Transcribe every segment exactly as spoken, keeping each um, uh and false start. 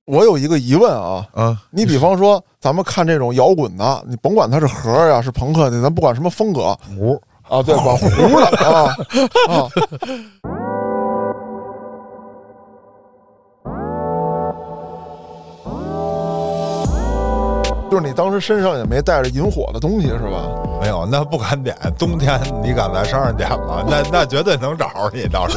我有一个疑问啊，啊，你比方说咱们看这种摇滚的，你甭管它是核呀是朋克的，咱不管什么风格， 胡啊，对，管胡的啊啊。就是你当时身上也没带着引火的东西是吧？ 没有，那不敢点。冬天你敢在山上点吗？那那绝对能找着你，倒是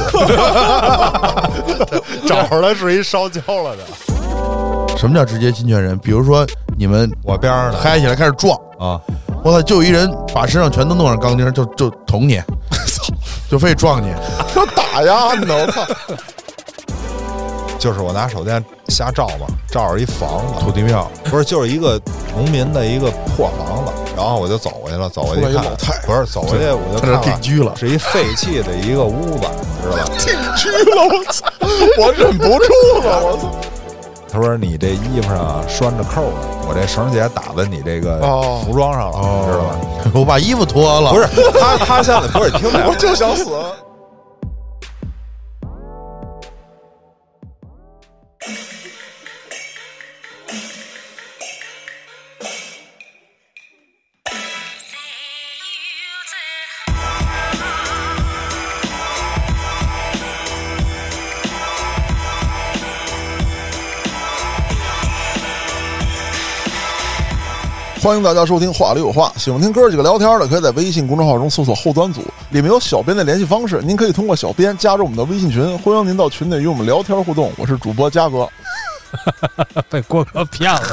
找出来是一烧焦了的。 什么叫直接侵权人？比如说你们我边上嗨起来开始撞啊， 我操，就一人把身上全都弄上钢钉，就就捅你，就非撞你， 就打呀你我操！ 就是我拿手电瞎照嘛，照着一房子， 土地庙， 不是，就是一个农民的一个破房子，然后我就走过去了，走过去看，不是走过去我就看了， 定居了， 是一废弃的一个屋子，你知道吧？ 定居了，我操！我忍不住了，我操！ 他说你这衣服上拴着扣了，我这绳结打在你这个服装上了， 哦、 知道吧？ 我把衣服脱了， 不是他，他现在不是听着， 我就想死。欢迎大家收听话里有话，喜欢听哥几个聊天的可以在微信公众号中搜索后端组，里面有小编的联系方式，您可以通过小编加入我们的微信群，欢迎您到群内与我们聊天互动。我是主播嘉哥。 被郭哥骗了。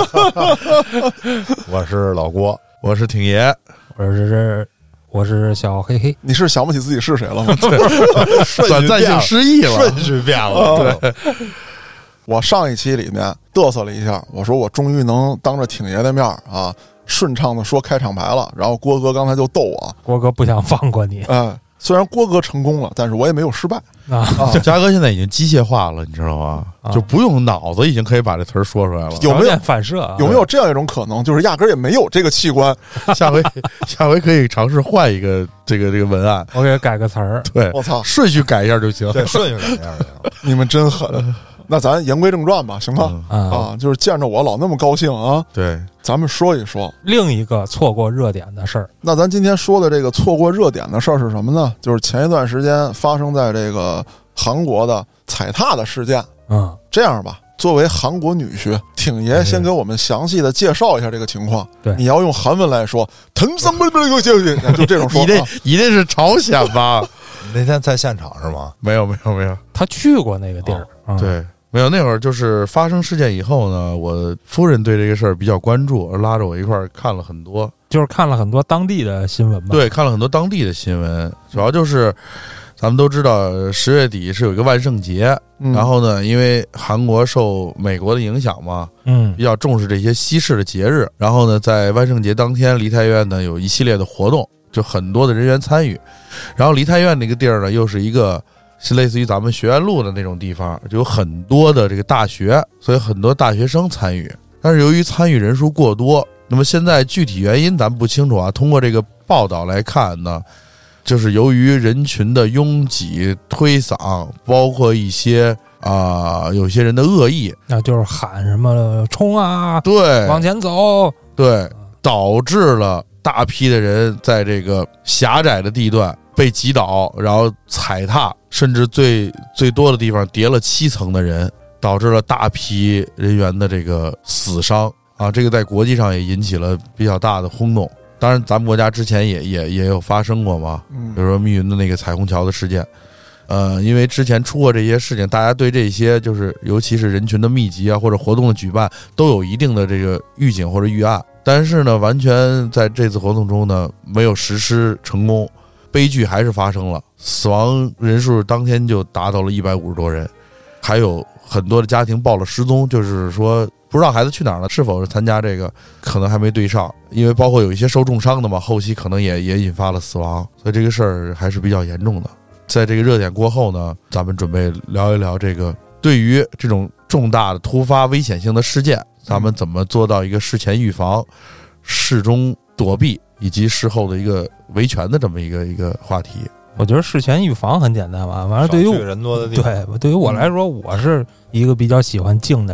我是老郭， 我是挺爷， 我是我是小黑黑。 你是想不起自己是谁了吗？ 短暂性失忆了， 顺序变了。 对。 我上一期里面嘚瑟了一下，我说我终于能当着挺爷的面啊，顺畅的说开场白了。然后郭哥刚才就逗我， 郭哥不想放过你。 哎，虽然郭哥成功了，但是我也没有失败啊。 嘉哥现在已经机械化了，你知道吗？啊、就不用脑子，已经可以把这词儿说出来了。 有没有反射、啊？ 有没有这样一种可能，就是压根儿也没有这个器官？ 下回下回可以尝试换一个这个这个文案， 我给改个词儿。 对， 我操， 顺序改一下就行。 对，顺序改一下就行。 你们真狠。那咱言归正传吧，行吗？ 嗯、 啊，就是见着我老那么高兴啊。 对， 咱们说一说另一个错过热点的事儿。 那咱今天说的这个错过热点的事儿是什么呢？就是前一段时间发生在这个韩国的踩踏的事件。 嗯， 这样吧，作为韩国女婿，挺爷先给我们详细的介绍一下这个情况。 对， 你要用韩文来说，腾森不不不就这种说。 你那你那是朝鲜吧？ 那天在现场是吗？ 没有没有没有， 他去过那个地儿。 哦嗯、对。没有，那会儿就是发生事件以后呢，我夫人对这个事儿比较关注，拉着我一块儿看了很多， 就是看了很多当地的新闻吧。 对，看了很多当地的新闻，主要就是咱们都知道十月底是有一个万圣节，嗯、然后呢，因为韩国受美国的影响嘛， 嗯， 比较重视这些西式的节日，然后呢，在万圣节当天，梨泰院呢有一系列的活动，就很多的人员参与，然后梨泰院那个地儿呢又是一个。是类似于咱们学院路的那种地方，就有很多的这个大学，所以很多大学生参与。但是由于参与人数过多，那么现在具体原因咱们不清楚啊。通过这个报道来看呢，就是由于人群的拥挤、推搡，包括一些啊、呃、有些人的恶意， 那就是喊什么冲啊， 对， 往前走， 对，导致了大批的人在这个狭窄的地段被击倒，然后踩踏，甚至最最多的地方跌了七层的人，导致了大批人员的这个死伤啊！这个在国际上也引起了比较大的轰动。当然，咱们国家之前也也也有发生过嘛，比如说密云的那个彩虹桥的事件。呃，因为之前出过这些事情，大家对这些就是尤其是人群的密集啊，或者活动的举办，都有一定的这个预警或者预案。但是呢，完全在这次活动中呢，没有实施成功。悲剧还是发生了，死亡人数当天就达到了一百五十多人，还有很多的家庭报了失踪，就是说不知道孩子去哪儿了，是否是参加这个，可能还没对上，因为包括有一些受重伤的嘛，后期可能也也引发了死亡，所以这个事儿还是比较严重的。在这个热点过后呢，咱们准备聊一聊这个对于这种重大的突发危险性的事件，咱们怎么做到一个事前预防、事中躲避以及事后的一个维权的这么一个一个话题。 我觉得事前预防很简单吧，反正对于人多的地方， 对对于我来说，我是一个比较喜欢静的人，我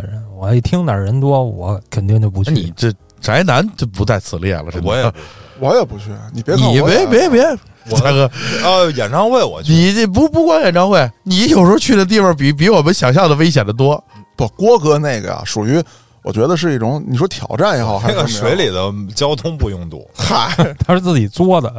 我一听哪儿人多，我肯定就不去。 你这宅男就不在此列了，真的。 我也我也不去，你别看你别别别，大哥， 呃，演唱会我去， 你这不不光演唱会，你有时候去的地方比比我们想象的危险的多。 不，郭哥那个啊，属于我觉得是一种你说挑战也好，还是那个水里的交通不拥堵。 嗨， 他是自己作的，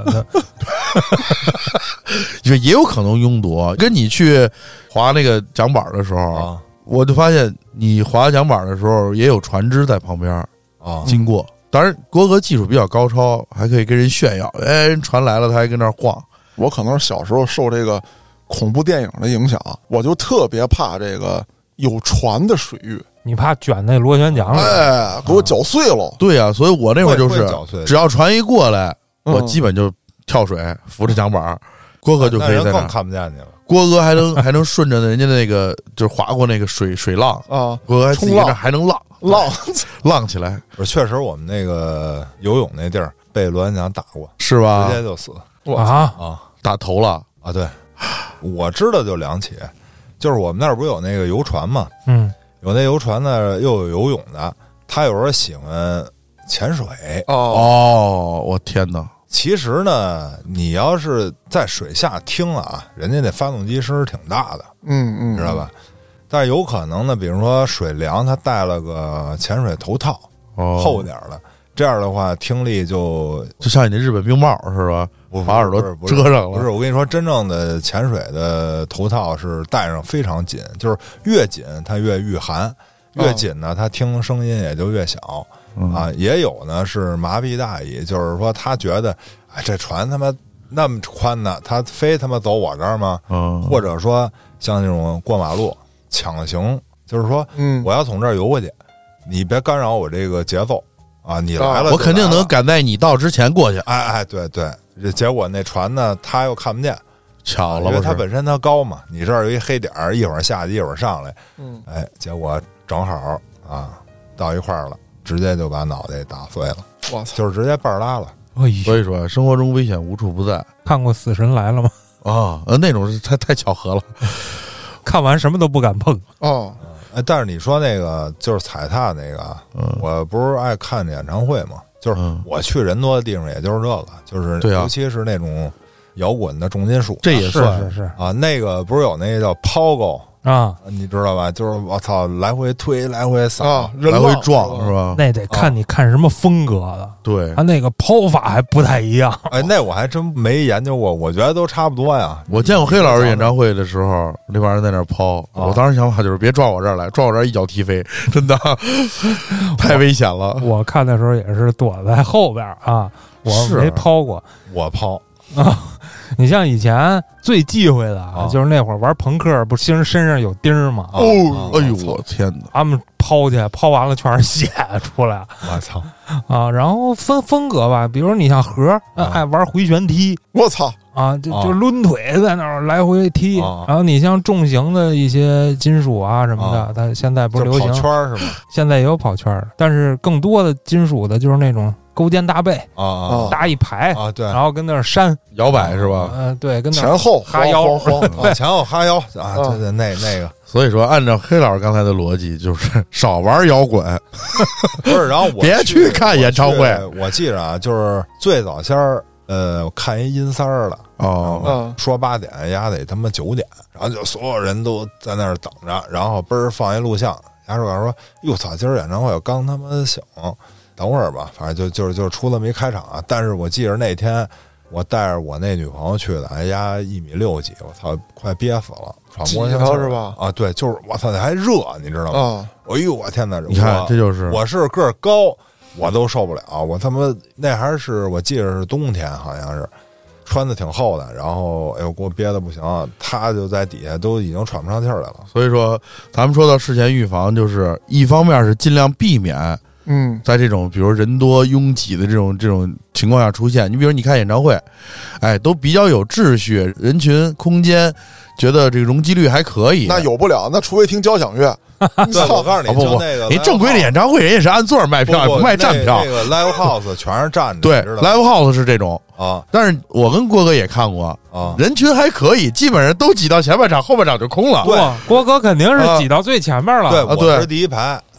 也也有可能拥堵。跟你去滑那个桨板的时候， 啊、 我就发现你滑桨板的时候也有船只在旁边啊经过。当然，郭哥技术比较高超，还可以跟人炫耀。哎，人船来了，他还跟那儿晃。 我可能是小时候受这个恐怖电影的影响，我就特别怕这个有船的水域。 你怕卷那螺旋桨了， 哎，给我搅碎了。 对呀、啊，所以我那会儿就是只要船一过来， 嗯、 我基本就跳水扶着桨板，郭哥就可以在那儿。 那人更看不见你了。 郭哥还能还能顺着人家那个就是划过那个水水浪啊， 郭哥还自己那还能浪浪浪起来。 不是，确实我们那个游泳那地儿被螺旋桨打过， 是吧？ 直接就死啊啊， 打头了啊！对，我知道就两起，就是我们那儿不是有那个游船嘛， 嗯， 有那游船呢，又有游泳的，他有时候喜欢潜水。 哦哦，我天哪！ 其实呢，你要是在水下听啊，人家那发动机声挺大的， 嗯嗯， 知道吧？但是有可能呢，比如说水凉，他戴了个潜水头套， 哦、 厚点的，这样的话听力就就像你那日本冰帽是吧？把耳朵遮上了。 不是，我跟你说，真正的潜水的头套是戴上非常紧，就是越紧它越御寒，越紧呢它听声音也就越小。 嗯、 啊，也有呢是麻痹大意，就是说他觉得，哎，这船他妈那么宽呢，他非他妈走我这儿吗？ 嗯， 或者说像那种过马路抢行，就是说， 嗯， 我要从这儿游过去，你别干扰我这个节奏啊！你来了， 我肯定能赶在你到之前过去。 哎哎，对对，结果那船呢，他又看不见， 巧了， 因为它本身它高嘛，你这儿有一黑点儿，一会儿下去，一会儿上来， 嗯， 哎，结果正好啊到一块儿了。直接就把脑袋打碎了， 哇操！ 就是直接半拉了。 所以说，生活中危险无处不在。 看过《死神来了》吗？ 啊，呃，那种是太太巧合了， 看完什么都不敢碰。 哦， 哎，但是你说那个就是踩踏那个， 嗯、 我不是爱看演唱会嘛，就是我去人多的地方，也就是这个，就是对啊， 尤其是那种摇滚的重金属， 这也算是是是啊。那个不是有那个叫抛钩。 啊， 你知道吧？就是我操，来回推，来回撒， 啊、 来回撞，是吧？ 那得看你看什么风格的。 对， 他那个抛法还不太一样。 哎，那我还真没研究过，我觉得都差不多呀。 我见过黑老师演唱会的时候，那帮人在那抛，啊、我当时想法就是别撞我这儿来，撞我这儿一脚踢飞，真的太危险了。 我, 我看的时候也是躲在后边啊，我没抛过， 我抛啊。你像以前最忌讳的啊，就是那会儿玩朋克，不是身上有钉儿吗？ 哦，哎呦，我天哪！ 他们抛去，抛完了全是血出来。 我操啊！然后分风格吧，比如你像盒爱玩回旋踢， 我操啊，就就抡腿在那儿来回踢。 啊、 然后你像重型的一些金属啊什么的，它、啊、现在不是流行跑圈是吗？ 现在也有跑圈，但是更多的金属的就是那种。勾肩搭背啊， 搭一排啊，对， 然后跟那儿扇摇摆是吧？ 嗯、呃，对，跟那前后哈腰， 对，前后哈腰啊，对对，那那个。 所以说，按照黑老师刚才的逻辑，就是少玩摇滚， 不是，然后我别去看演唱会。 我, 我记着啊，就是最早先儿，呃，我看一阴三儿了哦、 嗯，说八点，丫得他妈九点，然后就所有人都在那儿等着，然后嘣儿放一录像，丫说说，哟操，今儿演唱会我刚他妈醒。等会儿吧，反正就就是就是出了没开场啊。但是我记着那天我带着我那女朋友去的，哎呀，一米六几，我操，快憋死了，喘不过气是吧？ 啊，对，就是我操，还热，你知道吗？ 啊， 哎呦，我天哪！ 你看，这就是我是个儿高，我都受不了。我他妈那还是我记着是冬天，好像是穿的挺厚的，然后哎呦，给我憋的不行，他就在底下都已经喘不上气儿来了。 所以说，咱们说到事前预防，就是一方面是尽量避免。 嗯， 在这种比如人多拥挤的这种这种情况下出现，你比如你看演唱会，哎，都比较有秩序，人群空间，觉得这个容积率还可以。 那有不了，那除非听交响乐。 对，我告诉你， 啊、不不， 那个你正规的演唱会人也是按座卖票， 不也不卖站票。 那个 live house 全是站着， 对 ，live house 是这种啊。 但是我跟郭哥也看过啊， 人群还可以，基本上都挤到前半场，后半场就空了。 对，郭哥肯定是挤到最前面了。 对， 啊， 我是第一排。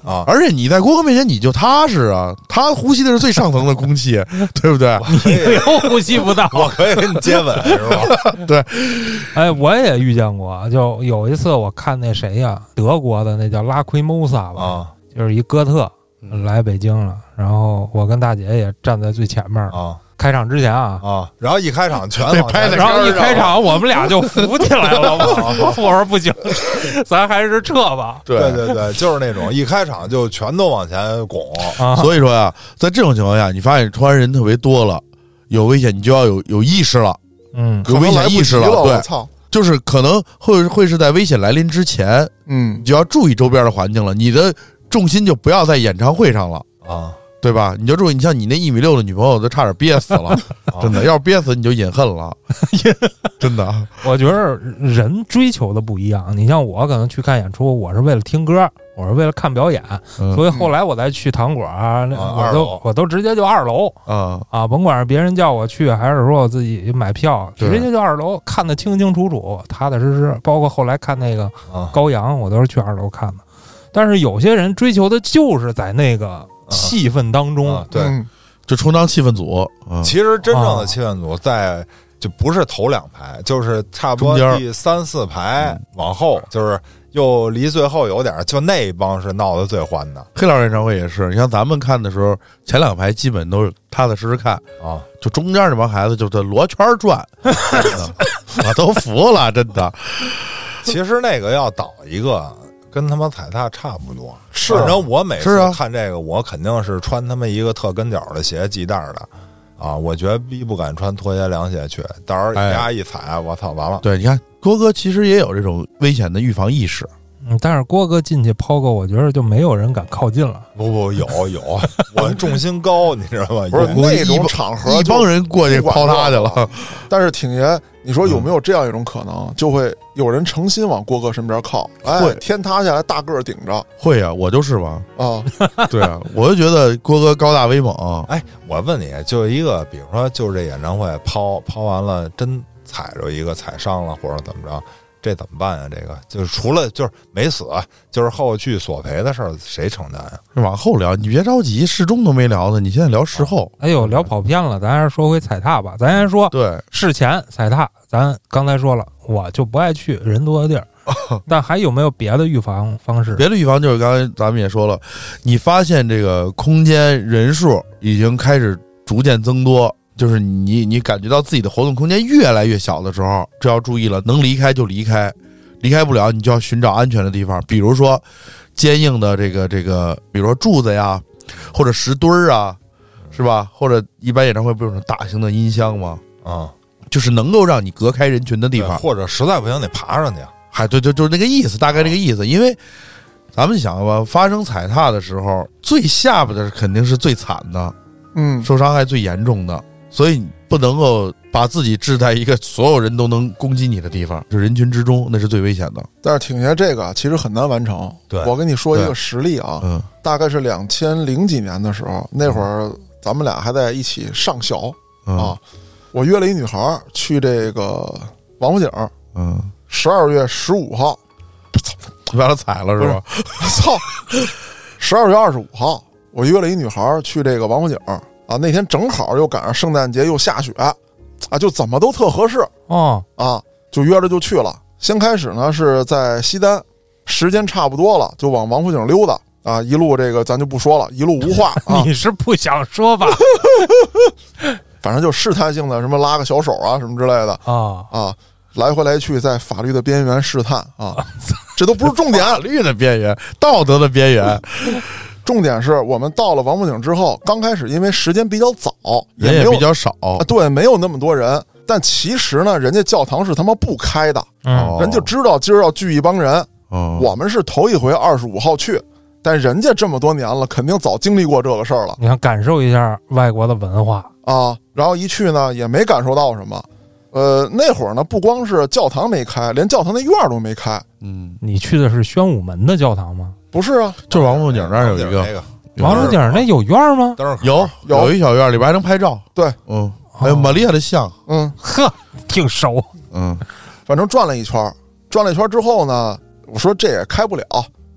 啊， 而且你在郭哥面前你就踏实啊，他呼吸的是最上层的空气，对不对？ 你又呼吸不到， 我可以跟你接吻是吧？ 对， 哎，我也遇见过，就有一次我看那谁呀、啊，德国的那叫拉奎莫萨吧， 啊， 就是一哥特来北京了，然后我跟大姐也站在最前面啊。 开场之前啊啊，然后一开场全往拍的， 然后一开场我们俩就扶起来了。我说不行，咱还是撤吧。 对对对，就是那种一开场就全都往前拱。 啊、所以说呀，在这种情况下，你发现突然人特别多了，有危险，你就要有有意识了， 嗯， 有危险意识了。 了对， 操， 就是可能会会是在危险来临之前， 嗯， 你就要注意周边的环境了，你的重心就不要在演唱会上了啊。 对吧？你就注意，你像你那一米六的女朋友都差点憋死了，真的，要是憋死你就隐恨了，真的。 我觉得人追求的不一样，你像我可能去看演出，我是为了听歌，我是为了看表演， 嗯、 所以后来我再去糖果啊，那我都我都直接就二楼啊啊，甭管是别人叫我去，还是说我自己买票，直接就二楼看得清清楚楚、踏踏实实。包括后来看那个高阳，我都是去二楼看的。但是有些人追求的就是在那个气氛当中， 啊、对、 嗯， 就充当气氛组。 嗯、其实真正的气氛组在就不是头两排，就是差不多第三四排往后，就是又离最后有点，就那一帮是闹得最欢的。 黑老师演唱会也是，你像咱们看的时候，前两排基本都是踏踏实实看啊， 就中间这帮孩子就在罗圈转，我都服了，真的。 其实那个要倒一个。跟他妈踩踏差不多， 是。 反正我每次啊看这个，我肯定是穿他妈一个特跟脚的鞋系带的，啊，我绝逼不敢穿拖鞋凉鞋去，到时候丫一踩，哎、我操，完了。 对，你看郭哥其实也有这种危险的预防意识， 嗯，但是郭哥进去抛个，我觉得就没有人敢靠近了。 不不，有有，我重心高，你知道吗？ 不是那种场合， 一帮人过去抛他去了。 但是挺爷，你说有没有这样一种可能，嗯、就会有人诚心往郭哥身边靠？哎， 会天塌下来，大个儿顶着。 会呀、啊，我就是嘛。 啊， 对啊，我就觉得郭哥高大威猛。 哎，我问你，就一个，比如说，就是这演唱会抛抛完了，真踩着一个踩伤了，或者怎么着？这怎么办呀？这个就是除了就是没死，就是后续索赔的事儿，谁承担呀？ 往后聊，你别着急，事中都没聊呢，你现在聊事后。 哎呦，聊跑偏了，咱还是说回踩踏吧。咱先说对事前踩踏，咱刚才说了，我就不爱去人多的地儿。但还有没有别的预防方式？ 别的预防就是刚才咱们也说了，你发现这个空间人数已经开始逐渐增多。就是你，你感觉到自己的活动空间越来越小的时候，这要注意了，能离开就离开，离开不了你就要寻找安全的地方，比如说坚硬的这个这个，比如说柱子呀，或者石墩儿啊，是吧？或者一般演唱会不是有大型的音箱吗？ 啊、嗯， 就是能够让你隔开人群的地方， 或者实在不行得爬上去。 嗨，对对，就是那个意思，大概这个意思。因为咱们想吧，发生踩踏的时候，最下边的肯定是最惨的， 嗯， 受伤害最严重的。所以不能够把自己置在一个所有人都能攻击你的地方，就人群之中，那是最危险的。 但是挺爷这个其实很难完成。 对， 我跟你说一个实例啊， 嗯， 大概是两千零几年的时候，那会儿咱们俩还在一起上小、 嗯、 啊，我约了一女孩去这个王府井， 嗯， 十二月十五号， 你把她踩了是吧？ 操，十二月二十五号，我约了一女孩去这个王府井。啊，那天正好又赶上圣诞节又下雪，啊，就怎么都特合适哦啊，就约着就去了。先开始呢是在西单，时间差不多了就往王府井溜达啊，一路这个咱就不说了，一路无话。啊、 你是不想说吧？ 反正就试探性的什么拉个小手啊什么之类的啊啊，来回来去在法律的边缘试探啊，这都不是重点， 法律的边缘，道德的边缘。 重点是我们到了王府井之后，刚开始因为时间比较早， 人也比较少、 啊，对，没有那么多人。但其实呢，人家教堂是他妈不开的， 嗯， 人就知道今儿要聚一帮人。 哦， 我们是头一回二十五号去，但人家这么多年了，肯定早经历过这个事儿了。 你看，感受一下外国的文化啊。然后一去呢，也没感受到什么。呃，那会儿呢，不光是教堂没开，连教堂那院儿都没开。 嗯， 你去的是宣武门的教堂吗？ 不是啊， 就是王府井那儿有一个。 王府井那有院吗？ 有有有一小院，里边还能拍照。 对， 嗯，还有玛利亚的像。 嗯， 呵，挺熟。 嗯， 反正转了一圈，转了一圈之后呢，我说这也开不了，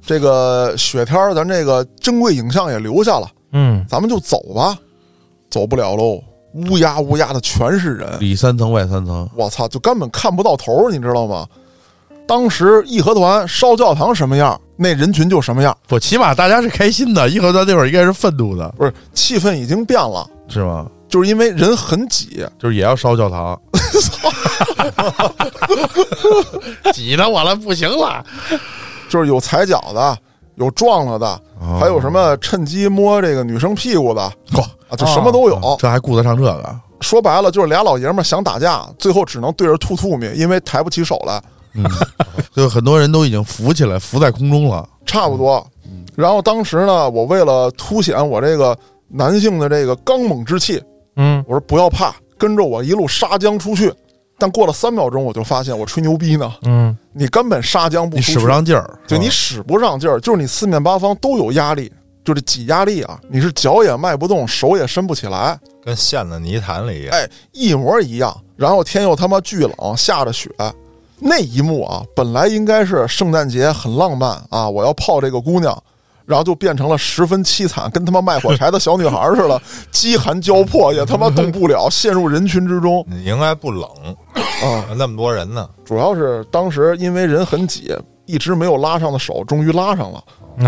这个雪天咱这个珍贵影像也留下了， 嗯， 咱们就走吧。走不了喽，乌鸦乌鸦的全是人， 里三层外三层， 我操，就根本看不到头，你知道吗？当时义和团烧教堂什么样，那人群就什么样。 不，起码大家是开心的，义和团那会儿应该是愤怒的， 不是，气氛已经变了， 是吗？ 就是因为人很挤， 就是也要烧教堂，挤得我了不行了， 就是有踩脚的，有撞了的， 哦、 还有什么趁机摸这个女生屁股的， 嚯、 啊，就什么都有、 哦，这还顾得上这个？ 说白了就是俩老爷们想打架，最后只能对着吐吐沫，因为抬不起手来。 嗯，就很多人都已经浮起来，浮在空中了， 差不多。 嗯， 然后当时呢，我为了凸显我这个男性的这个刚猛之气， 嗯， 我说不要怕，跟着我一路杀将出去。但过了三秒钟，我就发现我吹牛逼呢。 嗯， 你根本杀将不出去， 你使不上劲儿， 就你使不上劲儿，就是你四面八方都有压力，就是挤压力啊，你是脚也迈不动，手也伸不起来， 跟陷在泥潭里一样， 哎，一模一样。然后天又他妈巨冷，下着雪。那一幕啊，本来应该是圣诞节很浪漫啊，我要泡这个姑娘，然后就变成了十分凄惨，跟他妈卖火柴的小女孩似的，饥寒交迫也他妈动不了，陷入人群之中。 你应该不冷啊， 那么多人呢。 主要是当时因为人很挤，一直没有拉上的手，终于拉上了。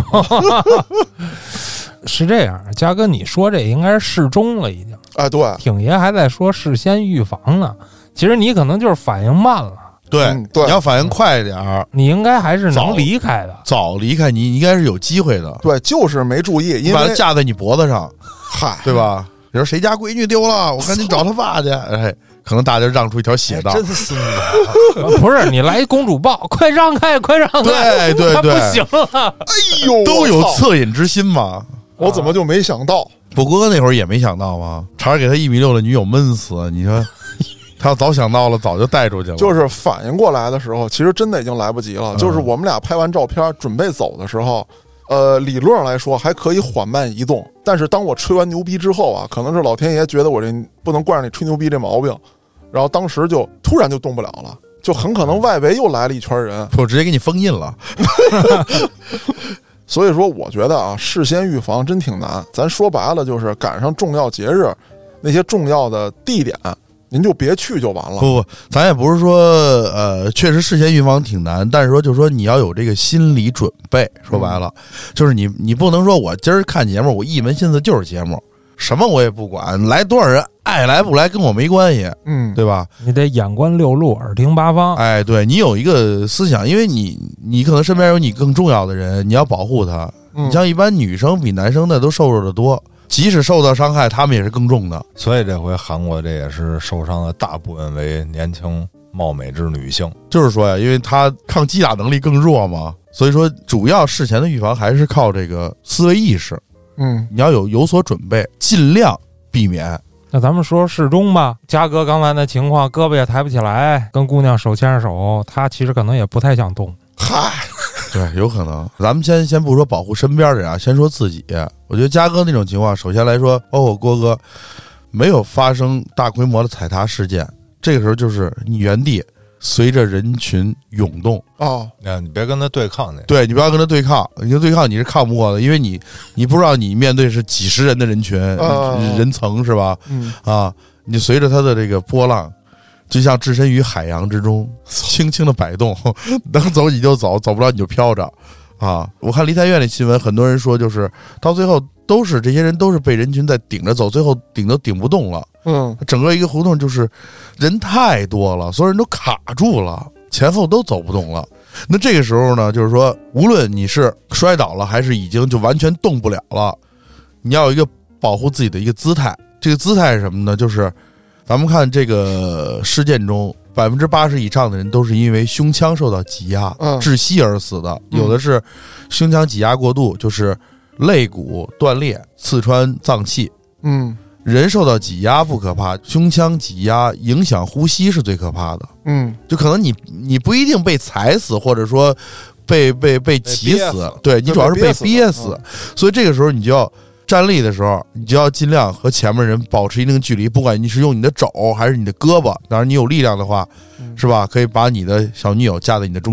是这样，嘉哥，你说这应该是适中了，已经。 哎，对， 挺爷还在说事先预防呢，其实你可能就是反应慢了。 对、 嗯、对， 你要反应快一点儿， 你应该还是能离开的， 早离开你应该是有机会的。 对，就是没注意，因为把它架在你脖子上， 嗨， 对吧？你说谁家闺女丢了，我赶紧找他爸去。哎，可能大家让出一条血道， 真孙子！ 不是你来一公主抱，快让开，快让开！ 对对对， 不行了， 哎呦， 都有恻隐之心嘛。 我怎么就没想到？ 不过哥那会儿也没想到吗？差点给他一米六的女友闷死，你说。他要早想到了，早就带出去了。 就是反应过来的时候，其实真的已经来不及了。嗯、就是我们俩拍完照片准备走的时候，呃，理论上来说还可以缓慢移动。但是当我吹完牛逼之后啊，可能是老天爷觉得我这不能惯着你吹牛逼这毛病，然后当时就突然就动不了了，就很可能外围又来了一圈人， 我直接给你封印了。 所以说，我觉得啊，事先预防真挺难。咱说白了，就是赶上重要节日，那些重要的地点。您就别去就完了。 不不，咱也不是说，呃，确实事先预防挺难，但是说就是说你要有这个心理准备。说白了，嗯、就是你你不能说我今儿看节目，我一门心思就是节目，什么我也不管，来多少人爱来不来跟我没关系， 嗯， 对吧？ 你得眼观六路，耳听八方。 哎，对你有一个思想，因为你你可能身边有你更重要的人，你要保护他。 嗯、 你像一般女生比男生的都瘦弱的多。即使受到伤害，他们也是更重的。 所以这回韩国这也是受伤的大部分为年轻貌美之女性。 就是说呀，因为她抗击打能力更弱嘛，所以说主要事前的预防还是靠这个思维意识。 嗯， 你要有有所准备，尽量避免。 那咱们说适中吧。嘉哥刚才那情况，胳膊也抬不起来，跟姑娘手牵着手，他其实可能也不太想动。 嗨。 对，有可能。咱们先先不说保护身边的人啊，先说自己。我觉得嘉哥那种情况，首先来说，包括郭哥，没有发生大规模的踩踏事件，这个时候就是你原地随着人群涌动哦， 啊，你别跟他对抗那， 对你不要跟他对抗，你跟对抗你是抗不过的，因为你你不知道你面对是几十人的人群、 哦、 人层是吧？ 嗯啊，你随着他的这个波浪。就像置身于海洋之中，轻轻的摆动，能走你就走，走不了你就飘着，啊！我看梨泰院那新闻，很多人说就是到最后都是这些人都是被人群在顶着走，最后顶都顶不动了。 嗯， 整个一个胡同就是人太多了，所有人都卡住了，前后都走不动了。那这个时候呢，就是说，无论你是摔倒了，还是已经就完全动不了了，你要有一个保护自己的一个姿态。这个姿态是什么呢？就是咱们看这个事件中，百分之八十以上的人都是因为胸腔受到挤压、 嗯、 窒息而死的，有的是胸腔挤压过度，就是肋骨断裂、刺穿脏器。 嗯， 人受到挤压不可怕，胸腔挤压影响呼吸是最可怕的。 嗯， 就可能你你不一定被踩死，或者说被被被挤死， 死对你主要是被憋死、 嗯、 所以这个时候你就要站立的时候，你就要尽量和前面人保持一定距离，不管你是用你的肘还是你的胳膊，当然你有力量的话、嗯、是吧，可以把你的小女友架在你的中间，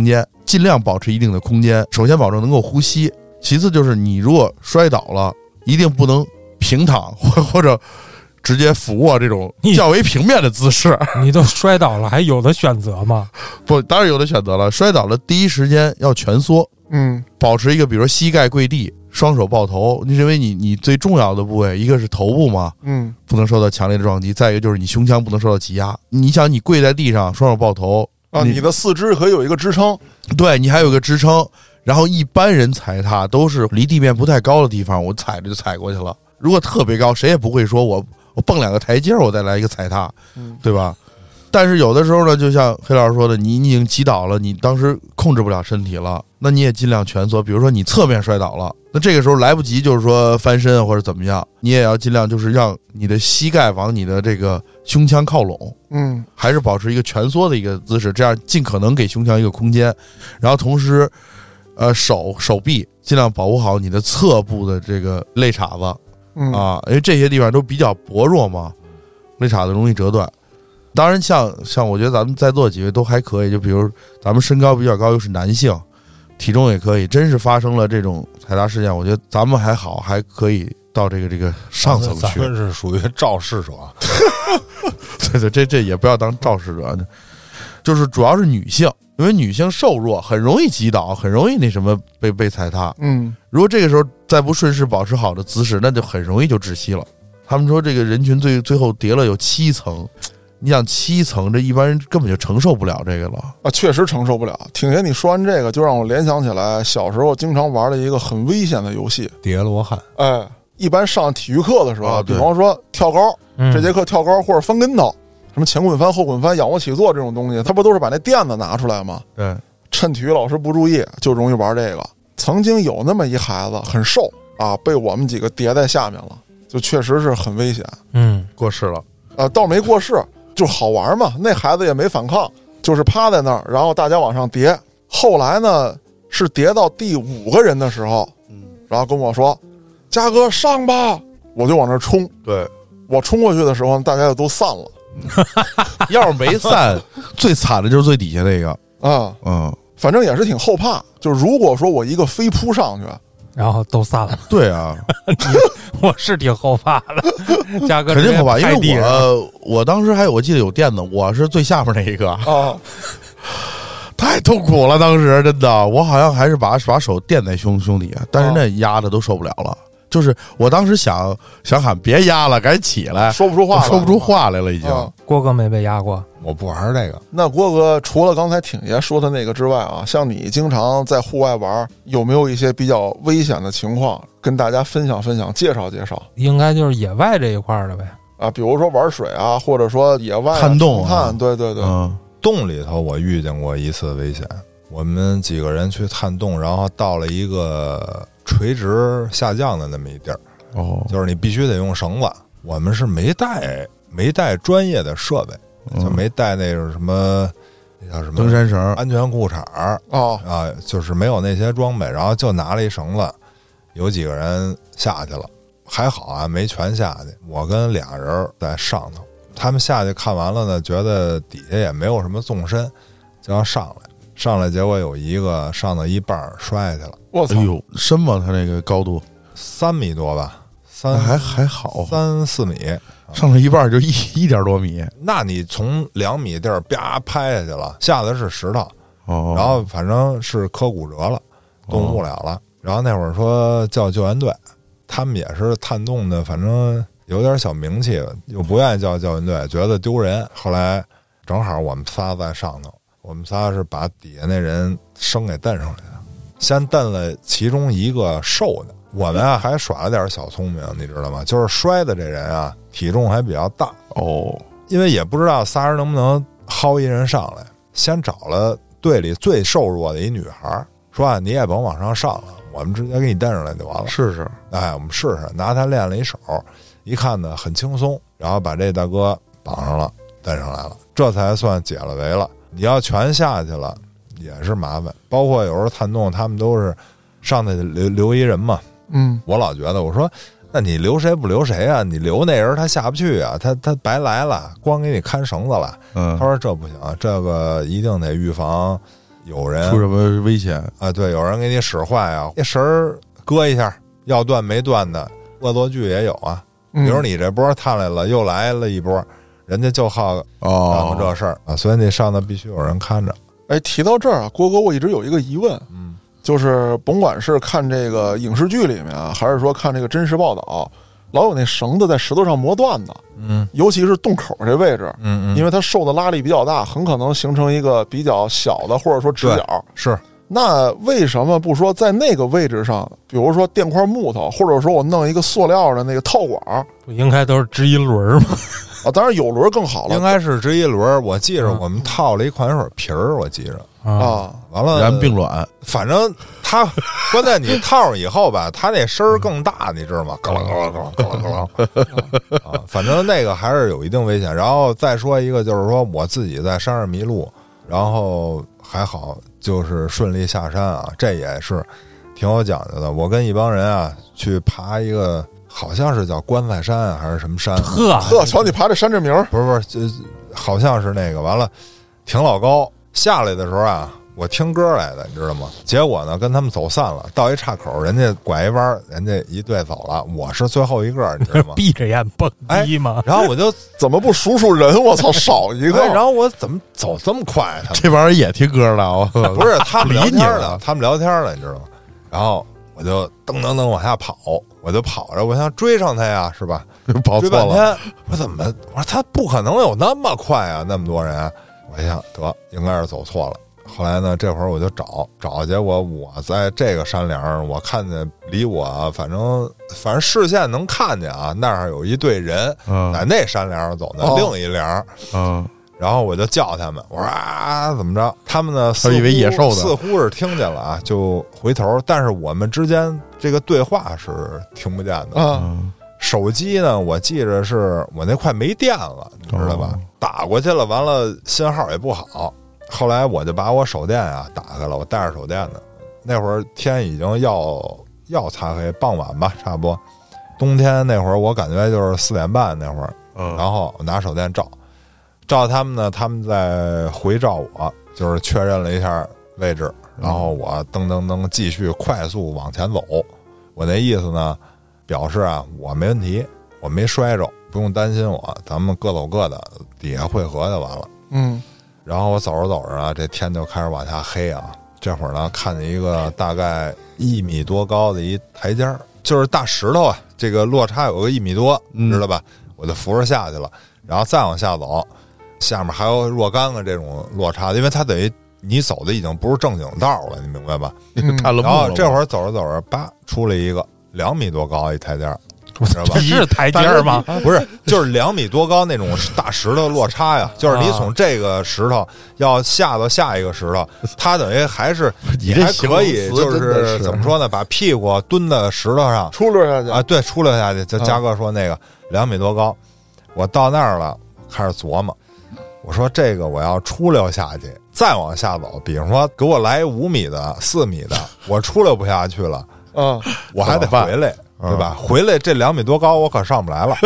尽量保持一定的空间，首先保证能够呼吸，其次就是你如果摔倒了，一定不能平躺或或者直接俯卧这种较为平面的姿势。 你都摔倒了，还有的选择吗？ 不，当然有的选择了。摔倒了，第一时间要蜷缩， 嗯， 保持一个，比如说膝盖跪地，双手抱头，因为你你最重要的部位，一个是头部嘛， 嗯， 不能受到强烈的撞击；再一个就是你胸腔不能受到挤压。你想，你跪在地上，双手抱头啊，你的四肢可以有一个支撑， 对你还有个支撑。然后一般人踩踏都是离地面不太高的地方，我踩着就踩过去了。如果特别高，谁也不会说我我蹦两个台阶我再来一个踩踏， 嗯， 对吧？但是有的时候呢，就像黑老师说的，你你已经击倒了，你当时控制不了身体了，那你也尽量蜷缩。比如说你侧面摔倒了，那这个时候来不及就是说翻身或者怎么样，你也要尽量就是让你的膝盖往你的这个胸腔靠拢， 嗯， 还是保持一个蜷缩的一个姿势，这样尽可能给胸腔一个空间，然后同时呃手手臂尽量保护好你的侧部的这个肋叉子， 嗯啊，因为这些地方都比较薄弱嘛，肋叉子容易折断。当然像像我觉得咱们在座几位都还可以，就比如咱们身高比较高，又是男性，体重也可以，真是发生了这种踩踏事件，我觉得咱们还好，还可以到这个这个上层去。 咱们是属于肇事者。 对对，这这也不要当肇事者，就是主要是女性，因为女性瘦弱，很容易击倒，很容易那什么被被踩踏。 嗯， 如果这个时候再不顺势保持好的姿势，那就很容易就窒息了。他们说这个人群最最后叠了有七层。你想七层，这一般人根本就承受不了这个了啊，确实承受不了。挺爷，你说完这个，就让我联想起来小时候经常玩的一个很危险的游戏 ——叠罗汉。 哎，一般上体育课的时候， 啊、 比方说跳高、嗯，这节课跳高或者翻跟头，什么前滚翻、后滚翻、仰卧起坐这种东西，他不都是把那垫子拿出来吗？ 对， 趁体育老师不注意，就容易玩这个。曾经有那么一孩子很瘦啊，被我们几个叠在下面了，就确实是很危险。 嗯，过世了。 啊，倒没过世。就好玩嘛，那孩子也没反抗，就是趴在那儿，然后大家往上叠。后来呢，是叠到第五个人的时候，嗯，然后跟我说：“嘉哥上吧！”我就往那冲。 对， 我冲过去的时候，大家就都散了。 要是没散，最惨的就是最底下那个。 啊， 嗯， 反正也是挺后怕。就如果说我一个飞扑上去， 然后都散了。 对啊， 我是挺后怕的，嘉哥肯定后怕，因为我我当时还有我记得有垫子，我是最下面那一个啊， 太痛苦了，当时真的，我好像还是把把手垫在胸胸底下，但是那压的都受不了了。就是我当时想想喊别压了，赶紧起来， 说不出话， 说不出话来了，已经。 啊、 郭哥没被压过， 我不玩这个。 那郭哥除了刚才挺爷说的那个之外啊，像你经常在户外玩，有没有一些比较危险的情况跟大家分享分享，介绍介绍？ 应该就是野外这一块的呗。 啊，比如说玩水啊，或者说野外、啊、 探洞、啊、 探，对对对， 嗯， 洞里头我遇见过一次危险。我们几个人去探洞，然后到了一个垂直下降的那么一地儿。 哦， 就是你必须得用绳子。我们是没带没带专业的设备， 嗯、 就没带那种什么那叫什么登山绳、 安全裤衩哦啊，就是没有那些装备，然后就拿了一绳子，有几个人下去了，还好啊，没全下去。我跟俩人在上头，他们下去看完了呢，觉得底下也没有什么纵深，就要上来。上来结果有一个上到一半摔下去了。 我操！ 哎呦，深吗？他那个高度三米多吧。三还还好， 三四米， 上了一半就一一点多米。 那你从两米地儿啪拍下去了，下的是石头， 哦， 然后反正是磕骨折了，动不了了。哦、然后那会儿说叫救援队，他们也是探洞的，反正有点小名气，又不愿意叫救援队，觉得丢人。后来正好我们仨在上头，我们仨是把底下那人生给蹬上来的，先蹬了其中一个瘦的。我们啊还耍了点小聪明，你知道吗？就是摔的这人啊体重还比较大哦， 因为也不知道仨人能不能薅一人上来，先找了队里最瘦弱的一女孩，说啊你也甭往上上了，我们直接给你蹬上来就完了， 试试。 哎，我们试试，拿他练了一手，一看呢很轻松，然后把这大哥绑上了，蹬上来了，这才算解了围了。你要全下去了也是麻烦，包括有时候探洞他们都是上去留留一人嘛。 嗯， 我老觉得，我说，那你留谁不留谁啊？你留那人他下不去啊，他他白来了，光给你看绳子了。 嗯， 他说这不行，这个一定得预防有人出什么危险啊？对，有人给你使坏啊，那绳儿割一下，要断没断的，恶作剧也有啊。比如你这波探来了，又来了一波，人家就好干过这事儿啊，所以你上头必须有人看着。 哎，提到这儿啊，郭哥，我一直有一个疑问， 嗯， 就是甭管是看这个影视剧里面啊，还是说看这个真实报道，老有那绳子在石头上磨断的， 嗯， 尤其是洞口这位置， 嗯嗯， 因为它受的拉力比较大，很可能形成一个比较小的或者说直角。 是， 那为什么不说在那个位置上，比如说垫块木头，或者说我弄一个塑料的那个套管， 不应该都是直一轮吗？ 啊，当然有轮更好了， 应该是直一轮。我记着我们套了一矿泉水瓶儿，我记着啊， 完了然并卵， 反正它关键你套上以后吧，它那声儿更大，你知道吗？咯咯咯咯咯咯咯啊！反正那个还是有一定危险。然后再说一个，就是说我自己在山上迷路，然后还好就是顺利下山啊，这也是挺有讲究的。我跟一帮人啊去爬一个，好像是叫棺材山啊，还是什么山？ 呵呵，瞧你爬这山这名儿， 不是不是，就好像是那个。完了，挺老高。下来的时候啊，我听歌来的，你知道吗？结果呢，跟他们走散了。到一岔口，人家拐一弯，人家一队走了，我是最后一个，你知道吗？ 闭着眼蹦迪吗？ 哎？然后我就怎么不数数人？我操，少一个！ 哎、然后我怎么走这么快？他们这帮人也听歌的， 不是他们聊天理的，他们聊天的，你知道吗？然后我就噔噔噔往下跑，我就跑着，我想追上他呀，是吧？ 跑追半错了， 天，我怎么？我说他不可能有那么快啊，那么多人。我一想，得应该是走错了。后来呢，这会儿我就找找，结果我在这个山梁上，我看见离我反正反正视线能看见啊，那儿有一队人在那山梁上走呢， 哦、 另一梁， 嗯， 然后我就叫他们，我说啊，怎么着？他们呢， 他以为野兽的， 似乎是听见了啊，就回头，但是我们之间这个对话是听不见的啊。 嗯手机呢，我记着是我那快没电了，你知道吧？ 哦、 打过去了，完了信号也不好。后来我就把我手电啊打开了，我带着手电的。那会儿天已经要要擦黑，傍晚吧，差不多。冬天那会儿我感觉就是四点半那会儿， 嗯、 然后我拿手电照，照他们呢，他们在回照我，就是确认了一下位置，然后我噔噔噔继续快速往前走。我那意思呢？表示啊，我没问题，我没摔着，不用担心我，咱们各走各的，底下汇合就完了。 嗯， 然后我走着走着啊，这天就开始往下黑啊。这会儿呢，看见一个大概一米多高的一台阶儿，就是大石头啊，这个落差有个一米多， 嗯、 知道吧？我就扶着下去了，然后再往下走，下面还有若干个这种落差，因为它等于你走的已经不是正经道了，你明白吧？ 嗯、看了然后这会儿走着走着，叭，出来一个。两米多高一台阶儿，知道吧？ 这是台阶儿吗？ 不是，就是两米多高那种大石头落差呀。就是你从这个石头要下到下一个石头，它等于还是你还可以，就是怎么说呢？把屁股蹲在石头上， 出溜下去啊！对，出溜下去。就嘉哥说那个两米多高，我到那儿了，开始琢磨，我说这个我要出溜下去，再往下走，比如说给我来五米的、四米的，我出溜不下去了。 嗯， 我还得回来，对吧？回来这两米多高，我可上不来了，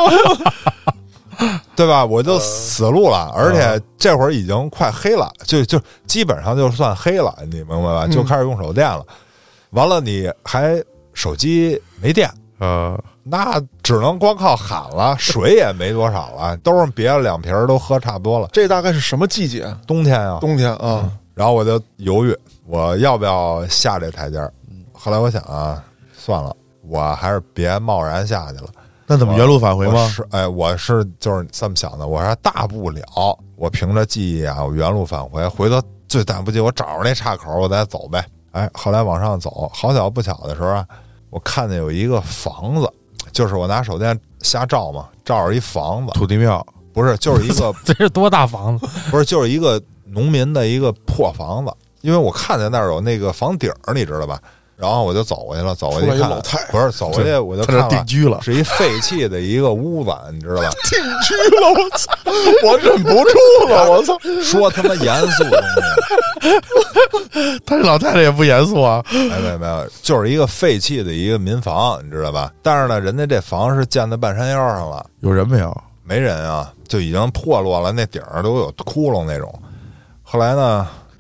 对吧？我就死路了，而且这会儿已经快黑了，就就基本上就算黑了，你明白吧？就开始用手电了。完了，你还手机没电， 呃， 那只能光靠喊了，水也没多少了，都是别了两瓶都喝差不多了。 这大概是什么季节？ 冬天啊， 冬天啊。 然后我就犹豫，我要不要下这台阶儿？后来我想啊，算了，我还是别贸然下去了。 那怎么原路返回吗？ 是，哎，我是就是这么想的。我说大不了，我凭着记忆啊，我原路返回，回头最赶不济我找着那岔口，我再走呗。哎，后来往上走，好巧不巧的时候啊，我看见有一个房子，就是我拿手电瞎照嘛，照着一房子， 土地庙不是，就是一个这是多大房子？ 不是，就是一个农民的一个破房子，因为我看见那儿有那个房顶，你知道吧？然后我就走过去了，走过去看，不是走过去我就看了， 定居了， 是一废弃的一个屋子，你知道吧？ 定居了，我操！我忍不住了，我操！ 说他妈严肃东西，他这老太太也不严肃啊！ 没没没有，就是一个废弃的一个民房，你知道吧？但是呢，人家这房是建在半山腰上了， 有人没有？ 没人啊，就已经破落了，那顶儿都有窟窿那种。后来呢，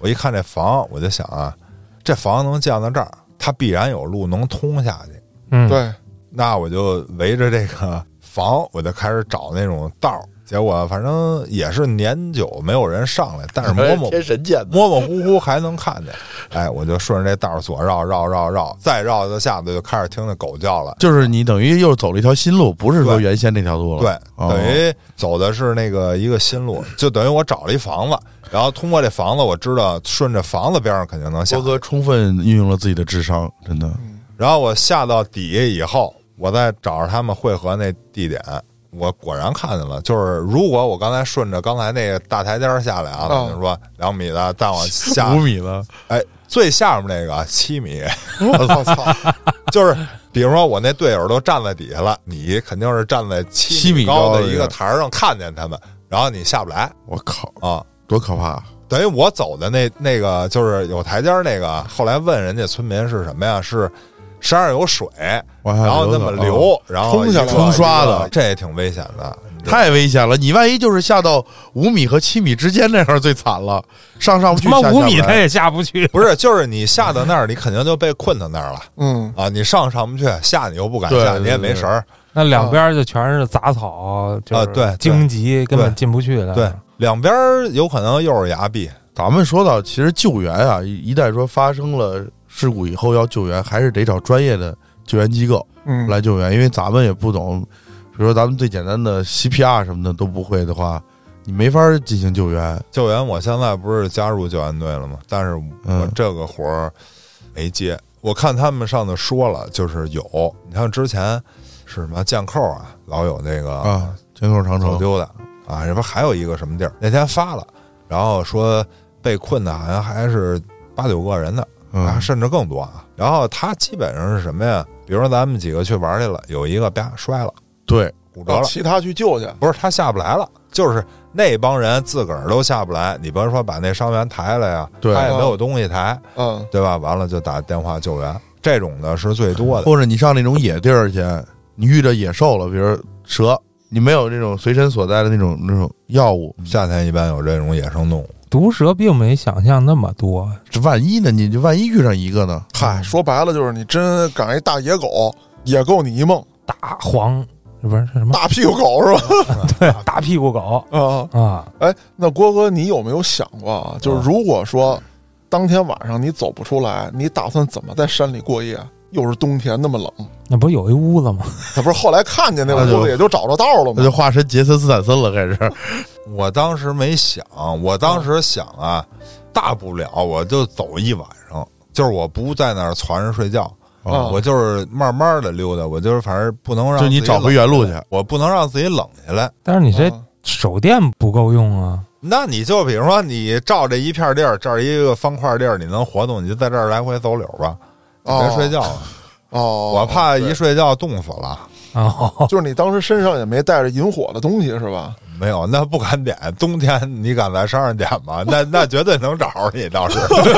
我一看这房，我就想啊，这房能建到这儿，它必然有路能通下去。 嗯， 对， 那我就围着这个房，我就开始找那种道儿。结果反正也是年久没有人上来，但是模模天神见模模糊糊还能看见。哎，我就顺着这道左绕绕绕绕，再绕到下头就开始听那狗叫了。 就是你等于又走了一条新路，不是说原先那条路了。 对， 哦、 等于走的是那个一个新路，就等于我找了一房子，然后通过这房子，我知道顺着房子边上肯定能下。 波哥充分运用了自己的智商，真的。 然后我下到底下以后，我再找着他们汇合那地点。我果然看见了，就是如果我刚才顺着刚才那个大台阶下来啊，比如说两米的，再往下五米的， 哎，最下面那个七米， 我操！ 就是比如说我那队友都站在底下了，你肯定是站在七米高的一个台上看见他们，然后你下不来。 我靠啊， 多可怕！ 等于我走的那那个就是有台阶那个，后来问人家村民是什么呀？是山上有水，然后那么流， 哦、 然后冲下来冲刷的， 这也挺危险的， 太危险了！你万一就是下到五米和七米之间那会儿最惨了，上上不去， 他妈五米他也下不去。 不是，就是你下到那儿，你肯定就被困到那儿了。 嗯啊，你上上不去，下你又不敢下，你也没神儿。 那两边就全是杂草，就是对荆棘，根本进不去了。 对，两边有可能又是崖壁。 咱们说到其实救援啊，一旦说发生了事故以后要救援，还是得找专业的救援机构嗯来救援，因为咱们也不懂，比如说咱们最简单的 C P R 什么的都不会的话，你没法进行救援。 救援，我现在不是加入救援队了吗？但是我这个活儿没接。嗯、我看他们上头说了，就是有，你看之前是什么箭扣啊，老有那个啊，箭扣长城走丢的啊，这不还有一个什么地儿？那天发了，然后说被困的好像还是八九个人的。啊，甚至更多啊！然后他基本上是什么呀？比如说咱们几个去玩去了，有一个啪摔了， 对， 骨折了， 其他去救去， 不是他下不来了，就是那帮人自个儿都下不来。你比如说把那伤员抬了呀， 对， 他也没有东西抬， 嗯， 对吧？完了就打电话救援，这种的是最多的。 或者你上那种野地儿去，你遇着野兽了，比如蛇，你没有这种随身所带的那种那种药物， 夏天一般有这种野生动物。 毒蛇并没想象那么多， 这万一呢？你就万一遇上一个呢？ 嗨，说白了就是你真赶上一大野狗，也够你一梦。 大黄不是什么大屁股狗是吧？ 对，大屁股狗啊啊！ 哎，那郭哥，你有没有想过啊？就是如果说当天晚上你走不出来，你打算怎么在山里过夜？又是冬天那么冷， 那不是有一屋子吗？ 那不是后来看见那屋子也就找着道了吗？ 那就化身杰森斯坦森了，开始。 我当时没想，我当时想啊，大不了我就走一晚上，就是我不在那儿攒着睡觉， 啊、 我就是慢慢的溜达，我就是反正不能让就你找回原路去， 我不能让自己冷下来。 但是你这手电不够用啊。 那你就比如说你照这一片地儿，这儿一个方块地儿，你能活动，你就在这儿来回走柳吧。别睡觉了哦， 我怕一睡觉冻死了。 哦， 就是你当时身上也没带着引火的东西是吧？ 没有，那不敢点。冬天你敢在山上点吗？那那绝对能找着你，倒是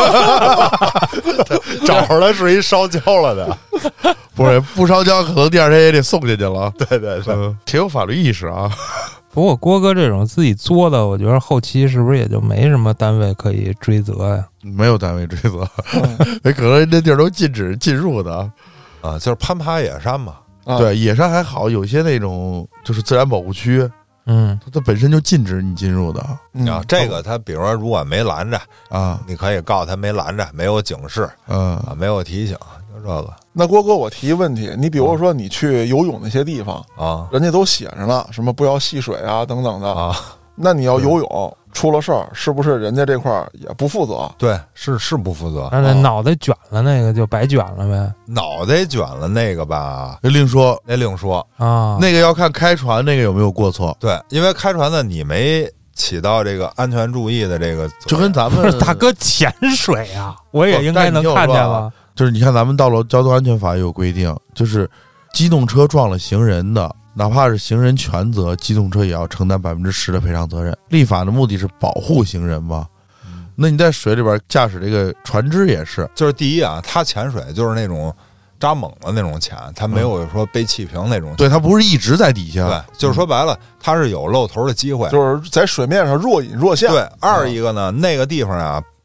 找出来是一烧焦了的， 不是不烧焦，可能第二天也得送进去了。 对对对， 嗯、挺有法律意识啊。 不过郭哥这种自己作的，我觉得后期是不是也就没什么单位可以追责呀？ 没有单位追责，嗯、可能那地儿都禁止进入的啊，就是攀爬野山嘛。 啊、 对，野山还好，有些那种就是自然保护区， 嗯， 它本身就禁止你进入的。 嗯、 啊，这个他比如说如果没拦着啊， 你可以告诉他没拦着，没有警示， 嗯啊，没有提醒，就这个。 那郭哥，我提一问题，你比如说你去游泳那些地方啊， 人家都写着呢，什么不要戏水啊等等的啊， 那你要游泳出了事儿，是不是人家这块儿也不负责？ 对，是是不负责。 那那脑袋卷了那个就白卷了呗。 脑袋卷了那个吧， 那另说， 那另说啊， 那个要看开船那个有没有过错。 对，因为开船的你没起到这个安全注意的这个， 就跟咱们大哥潜水啊，我也应该能看见了。 就是你看咱们道路交通安全法也有规定，就是机动车撞了行人的，哪怕是行人全责，机动车也要承担百分之十的赔偿责任。立法的目的是保护行人嘛，嗯、那你在水里边驾驶这个船只也是， 就是第一啊，他潜水就是那种扎猛的那种潜，他没有说背气瓶那种潜， 对，他不是一直在底下， 对，就是说白了，他、嗯、是有露头的机会， 就是在水面上若隐若现。 对，二一个呢，那个地方啊，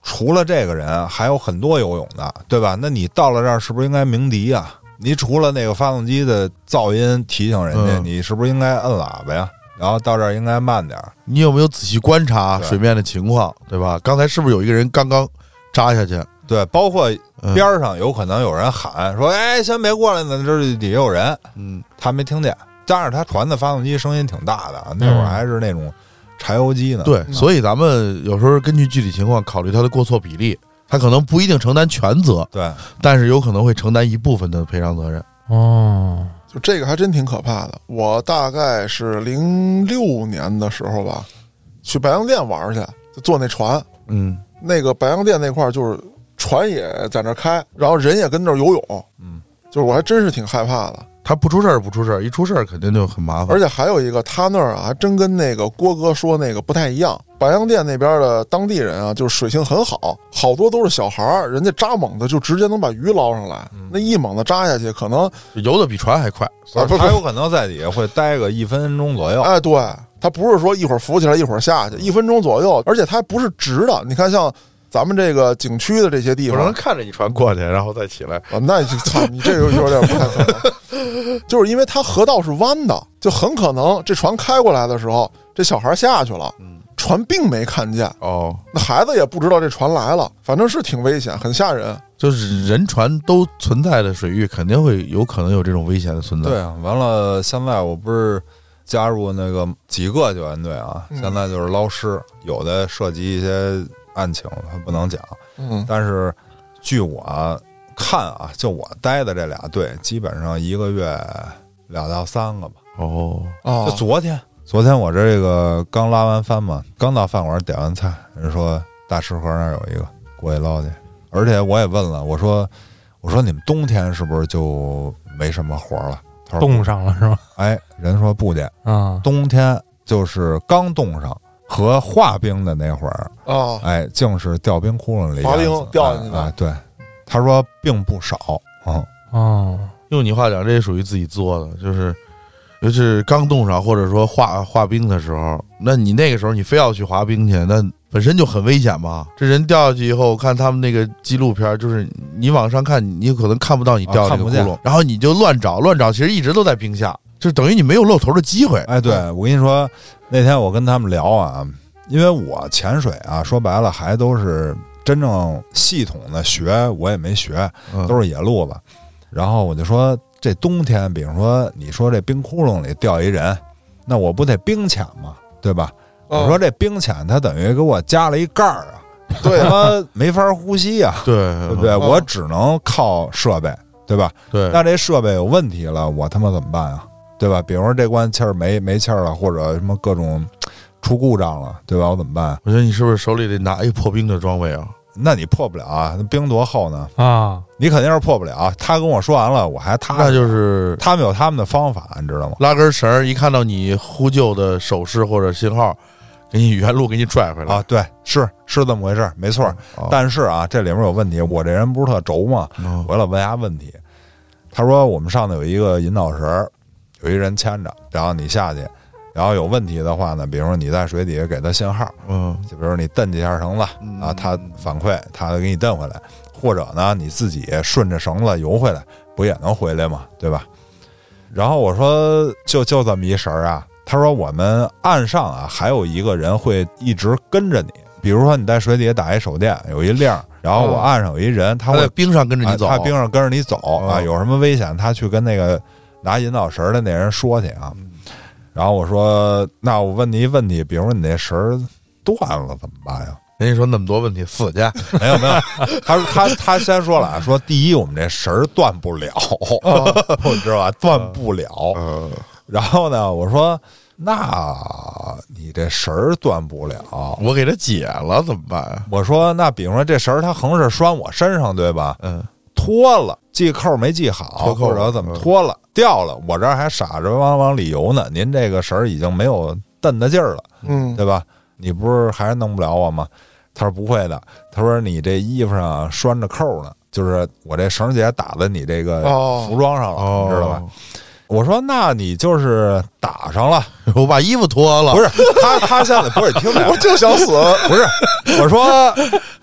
除了这个人，还有很多游泳的，对吧？那你到了这儿是不是应该鸣笛啊？你除了那个发动机的噪音提醒人家，嗯、你是不是应该摁喇叭呀？然后到这儿应该慢点。 你有没有仔细观察水面的情况，对吧？刚才是不是有一个人刚刚扎下去？ 对，包括边上有可能有人喊说：“哎，先别过来呢，这里有人。”嗯，他没听见。加上他传的发动机声音挺大的，那会儿还是那种柴油机呢。 对，所以咱们有时候根据具体情况考虑他的过错比例，他可能不一定承担全责， 对， 但是有可能会承担一部分的赔偿责任。 哦。 就这个还真挺可怕的。我大概是零六年的时候吧，去白洋淀玩去，就坐那船。 嗯， 那个白洋淀那块就是船也在那开，然后人也跟那儿游泳。 嗯， 就是我还真是挺害怕的。 他不出事儿不出事儿，一出事儿肯定就很麻烦。 而且还有一个，他那儿啊，还真跟那个郭哥说那个不太一样。白洋淀那边的当地人啊，就是水性很好，好多都是小孩儿，人家扎猛的就直接能把鱼捞上来，嗯、那一猛的扎下去，可能游的比船还快。 啊、他有可能在底下会待个一分钟左右。 哎，对，他不是说一会儿浮起来一会儿下去，一分钟左右，而且他还不是直的。你看像咱们这个景区的这些地方， 我能看着你船过去，然后再起来。 啊，那就操，你这个有点不太可能。就是因为它河道是弯的，就很可能这船开过来的时候，这小孩下去了，嗯、船并没看见哦， 那孩子也不知道这船来了，反正是挺危险，很吓人。 就是人船都存在的水域，肯定会有可能有这种危险的存在。 对啊，完了，现在我不是加入那个几个救援队啊，嗯、现在就是捞尸，有的涉及一些案情，还不能讲。 嗯， 但是据我看啊，就我待的这俩队，基本上一个月俩到三个吧。 哦， 就昨天，昨天我这个刚拉完番嘛，刚到饭馆点完菜，人说大石河那儿有一个，过去捞去。而且我也问了，我说我说你们冬天是不是就没什么活了？他说冻上了是吧？ 哎，人说不的啊， 冬天就是刚冻上和化冰的那会儿啊， 哎，竟是掉冰窟窿里滑冰掉进去的。 哎，对，他说并不少啊。 哦， 用你话讲，这也属于自己作的，就是尤其是刚冻上或者说化化冰的时候，那你那个时候你非要去滑冰去，那本身就很危险嘛。这人掉下去以后，看他们那个纪录片，就是你往上看，你可能看不到你掉那个窟窿，啊、然后你就乱找乱找，其实一直都在冰下，就等于你没有露头的机会。 哎，对，我跟你说，那天我跟他们聊啊，因为我潜水啊，说白了还都是真正系统的学，我也没学，都是野路子。嗯、然后我就说，这冬天，比如说你说这冰窟窿里掉一人，那我不得冰潜吗？对吧？我说这冰潜它等于给我加了一盖儿啊， 对他妈没法呼吸啊， 对对不对？嗯、我只能靠设备，对吧？ 对， 那这设备有问题了，我他妈怎么办啊？对吧？比如说这关气儿没没气儿了，或者什么各种出故障了，对吧？我怎么办？ 我觉得你是不是手里得拿一破冰的装备啊？ 那你破不了啊，那冰多厚呢？ 啊， 你肯定是破不了。他跟我说完了，我还他那就是他们有他们的方法，你知道吗？ 拉根绳，一看到你呼救的手势或者信号，给你原路给你拽回来啊！对，是是这么回事，没错。嗯哦、但是啊，这里面有问题。我这人不是特轴嘛，嗯、我老问下问题。他说我们上头有一个引导绳，有一人牵着，然后你下去。然后有问题的话呢，比如说你在水底下给他信号，嗯，就比如说你蹬几下绳子，嗯、啊，他反馈，他给你蹬回来，或者呢你自己顺着绳子游回来，不也能回来吗？对吧？然后我说就就这么一绳啊，他说我们岸上啊还有一个人会一直跟着你，比如说你在水底下打一手电，有一亮，然后我岸上有一人，他会他在冰上跟着你走， 啊、他冰上跟着你走、哦、啊，有什么危险他去跟那个拿引导绳的那人说去啊。然后我说，那我问你一问题，比如说你那绳断了怎么办呀？ 人家说那么多问题，死去？ 没有没有，他他他先说了，说第一我们这绳断不了，我知道吧？断不了。 嗯。 然后呢，我说，那你这绳断不了， 我给他解了怎么办啊？ 我说，那比如说这绳它横是拴我身上，对吧？ 嗯。 脱了，系扣没系好，或者怎么脱了、嗯、掉了，我这儿还傻着往往里游呢。您这个绳已经没有蹬的劲儿了， 嗯， 对吧？你不是还是弄不了我吗？他说不会的，他说你这衣服上拴着扣呢，就是我这绳结打在你这个服装上了， 哦、 你知道吧？我说那你就是打上了， 我把衣服脱了， 不是他他现在不是听着， 我就想死， 不是我说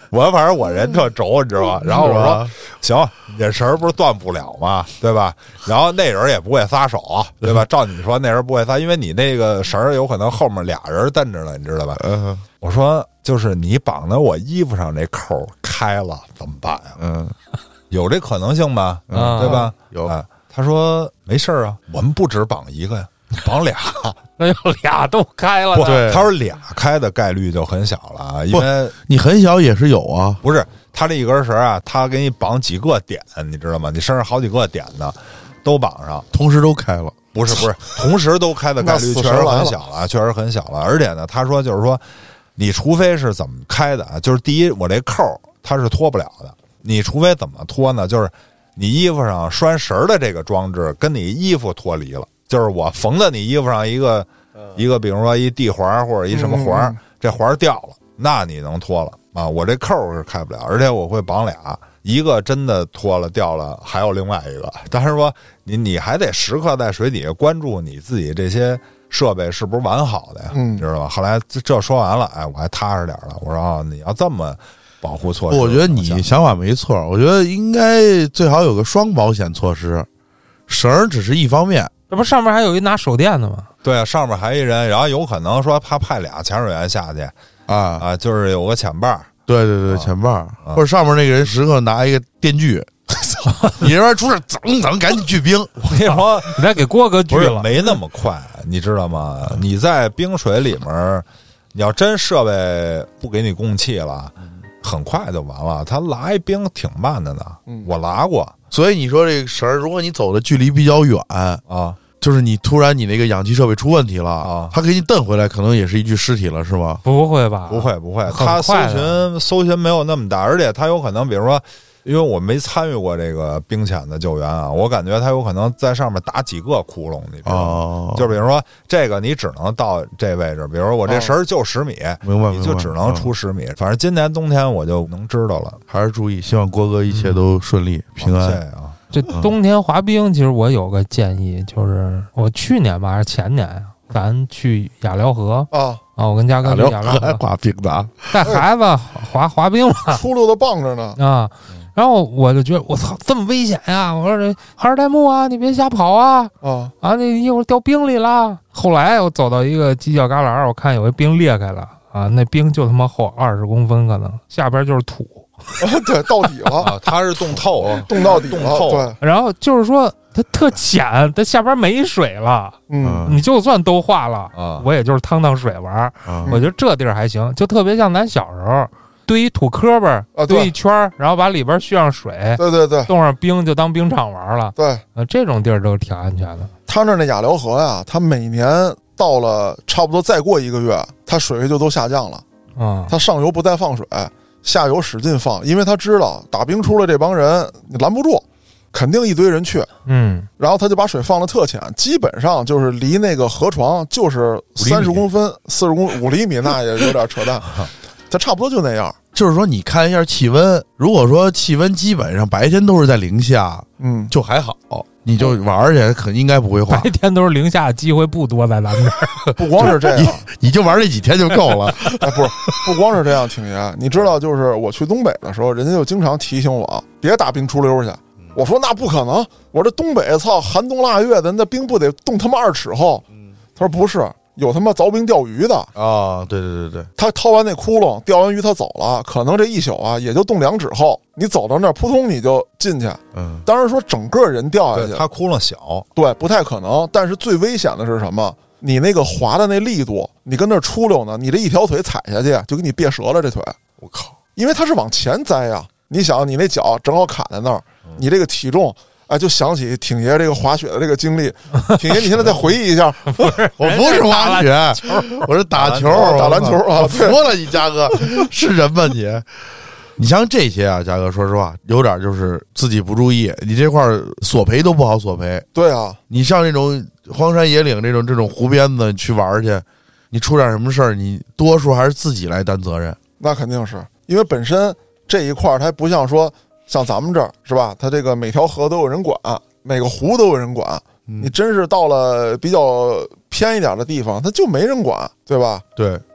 我反正我人特轴，你知道吧？然后我说行，你这绳儿不是断不了吗？对吧？然后那人也不会撒手，对吧？照你说那人不会撒，因为你那个绳儿有可能后面俩人蹬着呢，你知道吧？ 嗯， 我说就是你绑在我衣服上那扣开了怎么办呀？ 嗯， 有这可能性吧？ 嗯对吧？ 有。 哎他说没事啊，我们不只绑一个呀，绑俩。 那就俩都开了。 不， 对他说俩开的概率就很小了，因为你很小也是有啊。 不是他这一根绳啊，他给你绑几个点，你知道吗？你身上好几个点呢，都绑上， 同时都开了。 不是不是，同时都开的概率确实很小了，确实很小了。而且呢，他说就是说，你除非是怎么开的啊？就是第一，我这扣它是脱不了的，你除非怎么脱呢？就是你衣服上拴绳的这个装置跟你衣服脱离了，就是我缝在你衣服上一个、嗯、一个，比如说一地环或者一什么环，嗯、这环掉了，那你能脱了啊？我这扣是开不了，而且我会绑俩，一个真的脱了掉了，还有另外一个。但是说你你还得时刻在水底下关注你自己这些设备是不是完好的呀？嗯，知道吧？后来这这说完了，哎，我还踏实点了。我说啊，你要这么保护措施， 我觉得你想法没错。我觉得应该最好有个双保险措施，绳只是一方面， 这不上面还有一拿手电的吗？ 对啊，上面还一人，然后有可能说他派俩潜水员下去啊啊，就是有个潜伴， 对对对，潜伴、啊，或者上面那个人时刻拿一个电锯，你这边出事，整整赶紧锯冰。 我跟你说， 你再给郭哥锯了， 没那么快，你知道吗？你在冰水里面，你要真设备不给你供气了。很快就完了，他拉一冰挺慢的呢，嗯、我拉过。 所以你说这个绳儿，如果你走的距离比较远啊， 就是你突然你那个氧气设备出问题了啊， 他给你蹬回来，可能也是一具尸体了，是吗？ 不会吧？ 不会不会，他搜寻搜寻没有那么大，而且他有可能，比如说。因为我没参与过这个冰潜的救援啊，我感觉他有可能在上面打几个窟窿，你知道吗？ 哦、 就比如说这个你只能到这位置，比如说我这绳就十米， 明白？ 你就只能出十米。反正今年冬天我就能知道了， 还是注意，希望郭哥一切都顺利、嗯、平安。 谢谢啊！ 这冬天滑冰，其实我有个建议，就是我去年吧还是前年呀，咱去雅辽河啊。 啊，我跟嘉哥去雅辽河滑冰的， 带孩子滑滑冰了， 出溜的棒着呢啊。然后我就觉得我操，这么危险呀！我说这哈尔代木啊，你别瞎跑啊！ 啊啊，那一会儿掉冰里了。后来我走到一个犄角旮旯，我看有一冰裂开了啊，那冰就他妈厚二十公分，可能下边就是土。 对，到底了， 啊、它是冻透， 冻到底冻透。 对， 然后就是说它特浅，它下边没水了。 嗯， 你就算都化了， 啊， 我也就是趟趟水玩。 嗯、 我觉得这地儿还行，就特别像咱小时候。堆一土磕巴啊， 堆一圈，然后把里边续上水， 对对对， 冻上冰就当冰场玩了。 对， 呃，这种地儿都挺安全的。 他那那雅辽河呀，他每年到了差不多再过一个月，它水位就都下降了。 嗯， 他上游不再放水，下游使劲放，因为他知道打冰出来这帮人你拦不住，肯定一堆人去。 嗯， 然后他就把水放的特浅，基本上就是离那个河床就是三十公分、四十公五厘米，那也有点扯淡。它差不多就那样， 就是说你看一下气温，如果说气温基本上白天都是在零下， 嗯， 就还好，你就玩去，可应该不会滑。 白天都是零下，机会不多，在咱们这儿。不光是这样， 你, 你就玩这几天就够了。 哎，不是，不光是这样，挺爷，你知道，就是我去东北的时候，人家就经常提醒我别打冰出溜去。我说那不可能，我这东北操寒冬腊月的，那冰不得冻他妈二尺厚？他说不是。有他妈凿冰钓鱼的啊！对对对对， 他掏完那窟窿，钓完鱼他走了，可能这一宿啊也就冻两指厚。你走到那儿，扑通你就进去。 嗯， 当然说整个人掉下去， 他窟窿小， 对，不太可能。但是最危险的是什么？你那个滑的那力度，你跟那儿出溜呢，你这一条腿踩下去就给你别折了这腿。 我靠！ 因为它是往前栽呀。你想，你那脚正好卡在那儿，你这个体重。哎，就想起挺爷这个滑雪的这个经历。挺爷，你现在再回忆一下。 不是， 我不是滑雪，我是打球， 打篮球啊！ 服了你，嘉哥，是人吗你？你像这些啊，嘉哥，说实话，有点就是自己不注意，你这块索赔都不好索赔。 对啊， 你像这种荒山野岭这种这种湖边子去玩去，你出点什么事儿，你多数还是自己来担责任。 那肯定是因为本身这一块它不像说。像咱们这儿是吧？它这个每条河都有人管，每个湖都有人管。嗯、你真是到了比较偏一点的地方，它就没人管，对吧？ 对，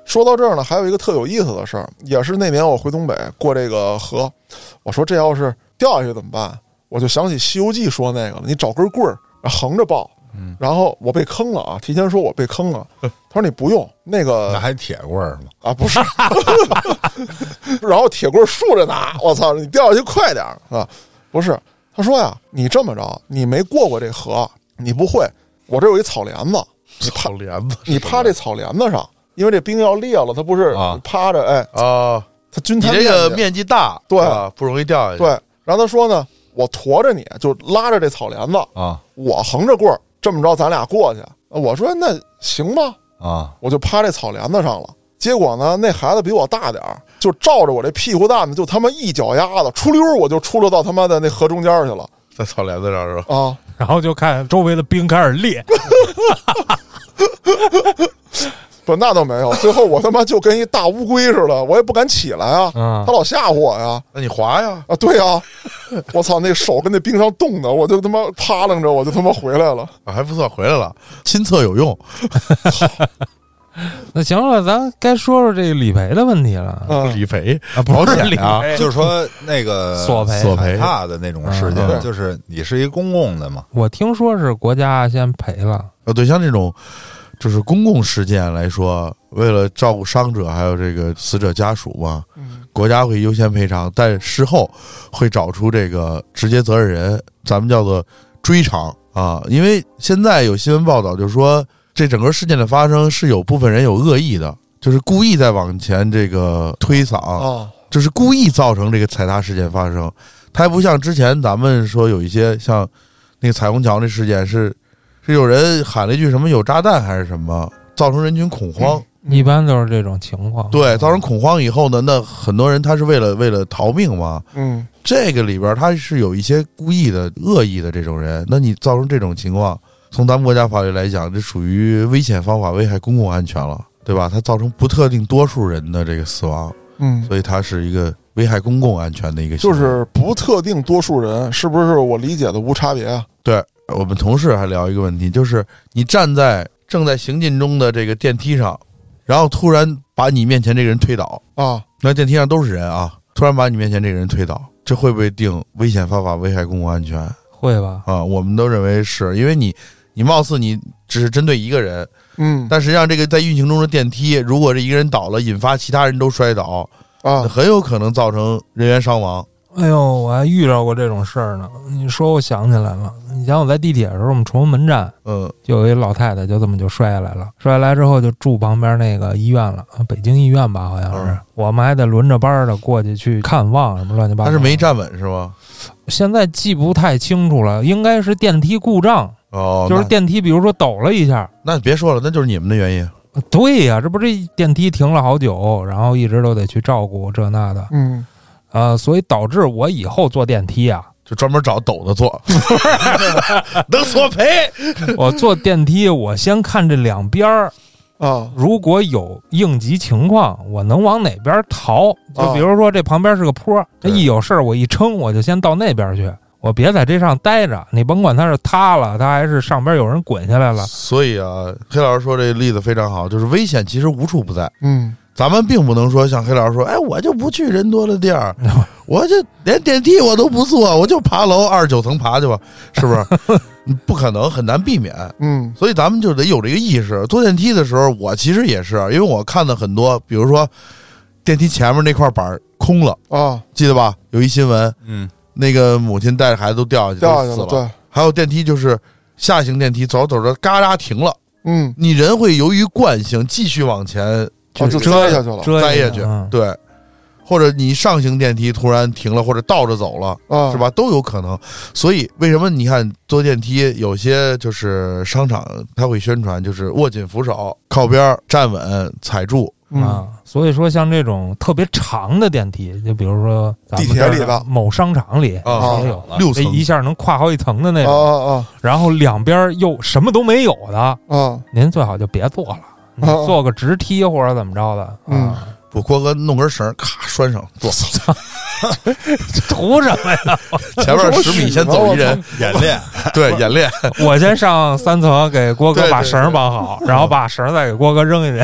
说到这儿呢，还有一个特有意思的事儿，也是那年我回东北过这个河，我说这要是掉下去怎么办？我就想起《西游记》说那个了，你找根棍儿横着抱，然后我被坑了啊！提前说我被坑了，他说你不用那个， 那还铁棍儿吗？ 啊，不是，然后铁棍竖着拿，我操，你掉下去快点啊！不是，他说呀，你这么着，你没过过这河，你不会，我这有一草帘子，你趴草帘子， 你趴这草帘子上，因为这冰要裂了，它不是趴着，哎啊， 它均摊你这个面积大， 对、 啊，不容易掉下去。 对，然后他说呢，我驮着你就拉着这草帘子啊， 我横着棍儿，这么着咱俩过去。我说那行吧， 啊， 我就趴这草帘子上了。结果呢，那孩子比我大点儿，就照着我这屁股蛋子，就他妈一脚丫子，出溜我就出了到他妈的那河中间去了， 在草帘子上是吧？ 啊， 然后就看周围的冰开始裂。 不，那倒没有。最后我他妈就跟一大乌龟似的，我也不敢起来啊。 嗯， 他老吓唬我呀。 那你滑呀？ 啊，对呀，我操，那手跟那冰上冻的，我就他妈趴楞着，我就他妈回来了。 啊，还不错，回来了，亲测有用。 那行了，咱该说说这个理赔的问题了。 嗯， 理赔啊，不是理啊， 赔， 就是说那个索赔索赔踏的那种事件， 嗯就是你是一公共的嘛。 我听说是国家先赔了。 呃，对，像这种就是公共事件来说，为了照顾伤者还有这个死者家属嘛， 嗯， 国家会优先赔偿，但事后会找出这个直接责任人，咱们叫做追偿啊。因为现在有新闻报道就说，这整个事件的发生是有部分人有恶意的，就是故意在往前这个推搡， 啊， 就是故意造成这个踩踏事件发生。它还不像之前咱们说有一些像那个彩虹桥那事件是。是有人喊了一句什么有炸弹还是什么，造成人群恐慌， 嗯、 一般都是这种情况。 对，造成恐慌以后呢，那很多人他是为了为了逃命嘛。 嗯， 这个里边他是有一些故意的、恶意的这种人，那你造成这种情况，从咱们国家法律来讲，这属于危险方法危害公共安全了，对吧？它造成不特定多数人的这个死亡， 嗯， 所以它是一个危害公共安全的一个行为， 就是不特定多数人，是不是我理解的无差别啊？ 对。我们同事还聊一个问题，就是你站在正在行进中的这个电梯上，然后突然把你面前这个人推倒啊， 那电梯上都是人啊，突然把你面前这个人推倒，这会不会定危险方法危害公共安全？ 会吧？ 啊，我们都认为是，因为你你貌似你只是针对一个人， 嗯， 但实际上这个在运行中的电梯，如果这一个人倒了，引发其他人都摔倒啊， 很有可能造成人员伤亡。 哎呦，我还遇到过这种事儿呢。你说我想起来了，你想我在地铁的时候，我们崇文门站， 嗯， 就有一老太太就这么就摔下来了，摔下来之后就住旁边那个医院了，北京医院吧，好像是。嗯、我们还得轮着班的过去去看望什么乱七八糟。 他是没站稳是吗？ 现在记不太清楚了，应该是电梯故障。 哦， 就是电梯，比如说抖了一下。 那别说了，那就是你们的原因。 对呀、啊，这不是电梯停了好久，然后一直都得去照顾这那的。 嗯。 呃，所以导致我以后坐电梯啊， 就专门找抖的坐，能索赔。 我坐电梯，我先看这两边儿啊， 如果有应急情况，我能往哪边逃？就比如说这旁边是个坡，这一有事儿我一撑，我就先到那边去，我别在这上待着。你甭管它是塌了，它还是上边有人滚下来了。 所以啊，黑老师说这个例子非常好，就是危险其实无处不在。 嗯。 咱们并不能说像黑老师说，哎，我就不去人多的地儿，我就连电梯我都不坐，我就爬楼二十九层爬去吧，是不是？不可能，很难避免。 嗯， 所以咱们就得有这个意识。坐电梯的时候，我其实也是，因为我看到很多，比如说电梯前面那块板空了啊， 记得吧？有一新闻， 嗯， 那个母亲带着孩子都掉下去， 掉下去了。对， 还有电梯就是下行电梯，走走着嘎嘎停了， 嗯， 你人会由于惯性继续往前。 就遮下去了， 栽下去， 嗯、 对，或者你上行电梯突然停了，或者倒着走了， 啊、 是吧？都有可能。所以为什么你看坐电梯，有些就是商场他会宣传，就是握紧扶手、靠边站稳、踩住啊。所以说，像这种特别长的电梯，就比如说地铁里的某商场里啊， 也有六层一下能跨好几层的那种， 啊啊， 然后两边又什么都没有的啊， 您最好就别坐了。你坐个直梯或者怎么着的， 嗯， 不，郭哥弄根绳，咔拴上坐， 图什么呀？ 前面十米先走一人， 演练， 对，演练。 我先上三层给郭哥把绳绑好，然后把绳再给郭哥扔下去。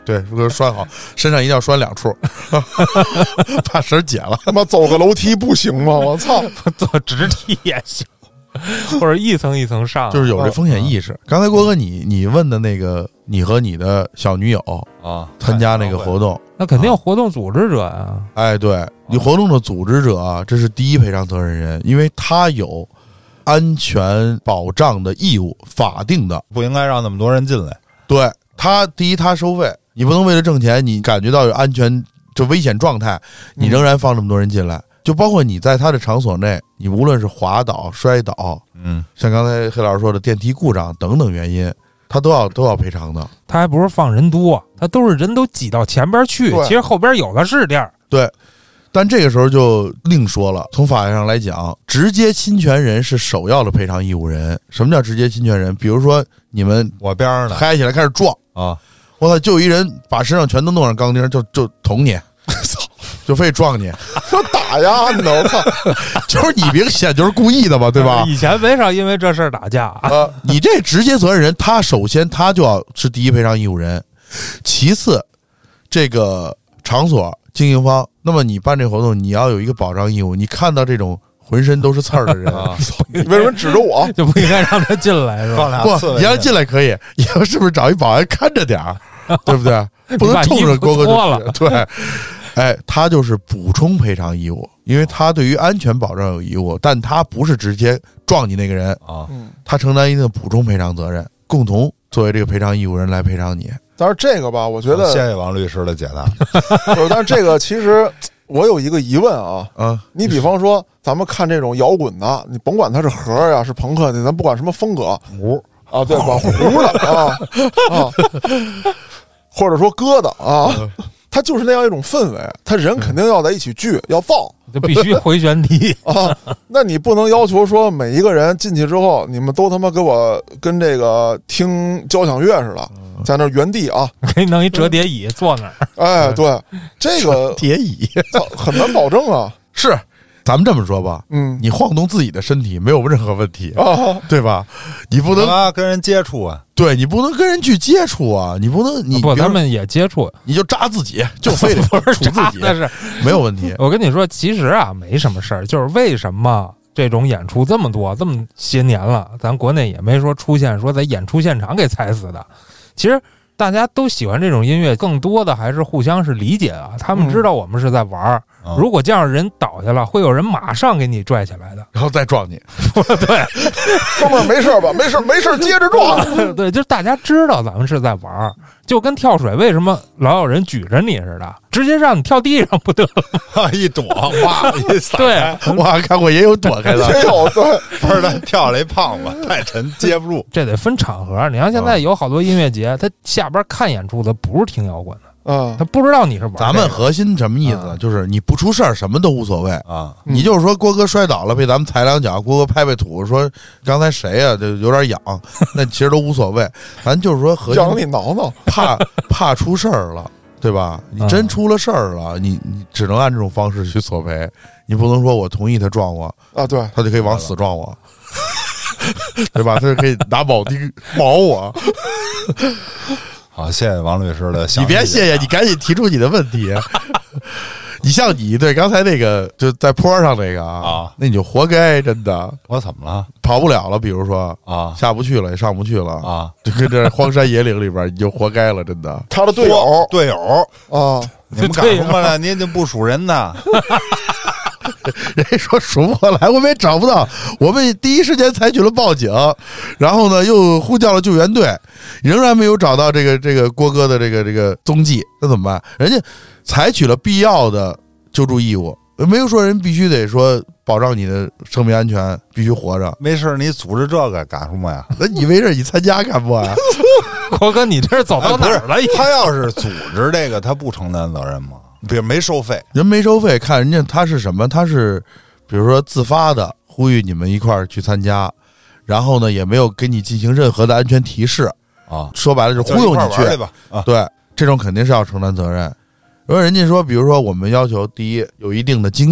对，给我拴好，身上一定要拴两处，把绳解了。 他妈走个楼梯不行吗？我操， 坐直梯也行，或者一层一层上， 就是有这风险意识。刚才郭哥你你问的那个，你和你的小女友啊参加那个活动， 那肯定有活动组织者呀。 哎，对，你活动的组织者啊，这是第一赔偿责任人，因为他有安全保障的义务，法定的， 不应该让那么多人进来。 对他，第一他收费，你不能为了挣钱，你感觉到有安全就危险状态，你仍然放这么多人进来。就包括你在他的场所内，你无论是滑倒、摔倒， 嗯， 像刚才黑老师说的电梯故障等等原因，他都要都要赔偿的。 他还不是放人多，他都是人都挤到前边去，其实后边有的是地儿。 对，但这个时候就另说了，从法律上来讲，直接侵权人是首要的赔偿义务人。什么叫直接侵权人？比如说你们我边上的嗨起来开始撞啊， 我操，就有一人把身上全都弄上钢钉，就就捅你，操，就非撞你， 说打呀你我操， 就是你明显就是故意的嘛，对吧？ 以前没少因为这事儿打架啊。 呃，你这直接责任人，他首先他就要是第一赔偿义务人，其次，这个场所经营方，那么你办这活动，你要有一个保障义务。你看到这种浑身都是刺儿的人， 啊、 你为什么指着我？ 就不应该让他进来是吧？ 不，你让进来可以，以后是不是找一保安看着点儿，对不对？不能冲着郭哥就去。对，哎，他就是补充赔偿义务，因为他对于安全保障有义务，但他不是直接撞你那个人啊， 他承担一定的补充赔偿责任，共同作为这个赔偿义务人来赔偿你。 但是这个吧，我觉得谢谢王律师的解答。 不是，但是这个其实我有一个疑问啊， 啊， 你比方说咱们看这种摇滚的，你甭管它是盒呀，是朋克的，咱不管什么风格， 胡啊，对，管胡的啊啊，或者说歌的啊，它就是那样一种氛围，他人肯定要在一起聚，要放， 就必须回旋踢啊。那你不能要求说每一个人进去之后，你们都他妈给我跟这个听交响乐似的，在那原地啊， 给你弄一折叠椅坐那儿。 哎，对，这个叠椅很难保证啊。 是。咱们这么说吧， 嗯， 你晃动自己的身体没有任何问题， 啊， 对吧？你不能啊跟人接触啊， 对你不能跟人去接触啊，你不能你不，他们也接触， 你就扎自己，就非得不是杵自己， 那是没有问题。 我跟你说，其实啊，没什么事儿，就是为什么这种演出这么多，这么些年了，咱国内也没说出现说在演出现场给踩死的，其实。大家都喜欢这种音乐，更多的还是互相是理解啊。他们知道我们是在玩儿、嗯，如果这样人倒下了，会有人马上给你拽起来的， 然后再撞你。 对， 哥们儿没事吧？没事，没事，接着撞。 对，就是大家知道咱们是在玩儿，就跟跳水，为什么老有人举着你似的，直接让你跳地上不得了吗？ 一躲，哇，一撒。 对， 我还看过也有躲开的， 也有对， 不是他跳了一胖子，太沉接不住。 这得分场合。你看现在有好多音乐节，他下边看演出的不是听摇滚的。 嗯， 他不知道你是玩、这个。 咱们核心什么意思呢？嗯、就是你不出事儿，什么都无所谓啊。 你就是说郭哥摔倒了，被咱们踩两脚，郭哥拍拍土，说刚才谁呀、啊？就有点痒，那其实都无所谓。咱就是说核心， 痒你挠挠， 怕怕出事儿了，对吧？你真出了事儿了，你你只能按这种方式去索赔，你不能说我同意他撞我啊，对， 他就可以往死撞我，对吧？他就可以拿铆钉铆我。 好，谢谢王律师的。 你别谢谢，你赶紧提出你的问题。你像你对刚才那个就在坡上那个啊， 啊那你就活该，真的。 我怎么了？ 跑不了了，比如说啊， 下不去了，也上不去了啊， 就跟这荒山野岭里边，你就活该了，真的。 他的队友， 队友啊， 你们干什么了？你就不数人呢？ 人家说数不过来，我们也找不到，我们第一时间采取了报警，然后呢又呼叫了救援队，仍然没有找到这个这个郭哥的这个这个踪迹，那怎么办？人家采取了必要的救助义务，没有说人必须得说保障你的生命安全，必须活着。 没事，你组织这个干什么呀？ 那你没事你参加干嘛呀？ 郭哥，你这是走到哪儿了？ 他要是组织这个，他不承担责任吗？比如没收费， 人没收费，看人家他是什么？他是比如说自发的呼吁你们一块儿去参加，然后呢也没有给你进行任何的安全提示啊， 说白了就是忽悠你去吧。啊， 对，这种肯定是要承担责任。如果人家说，比如说我们要求第一有一定的经验，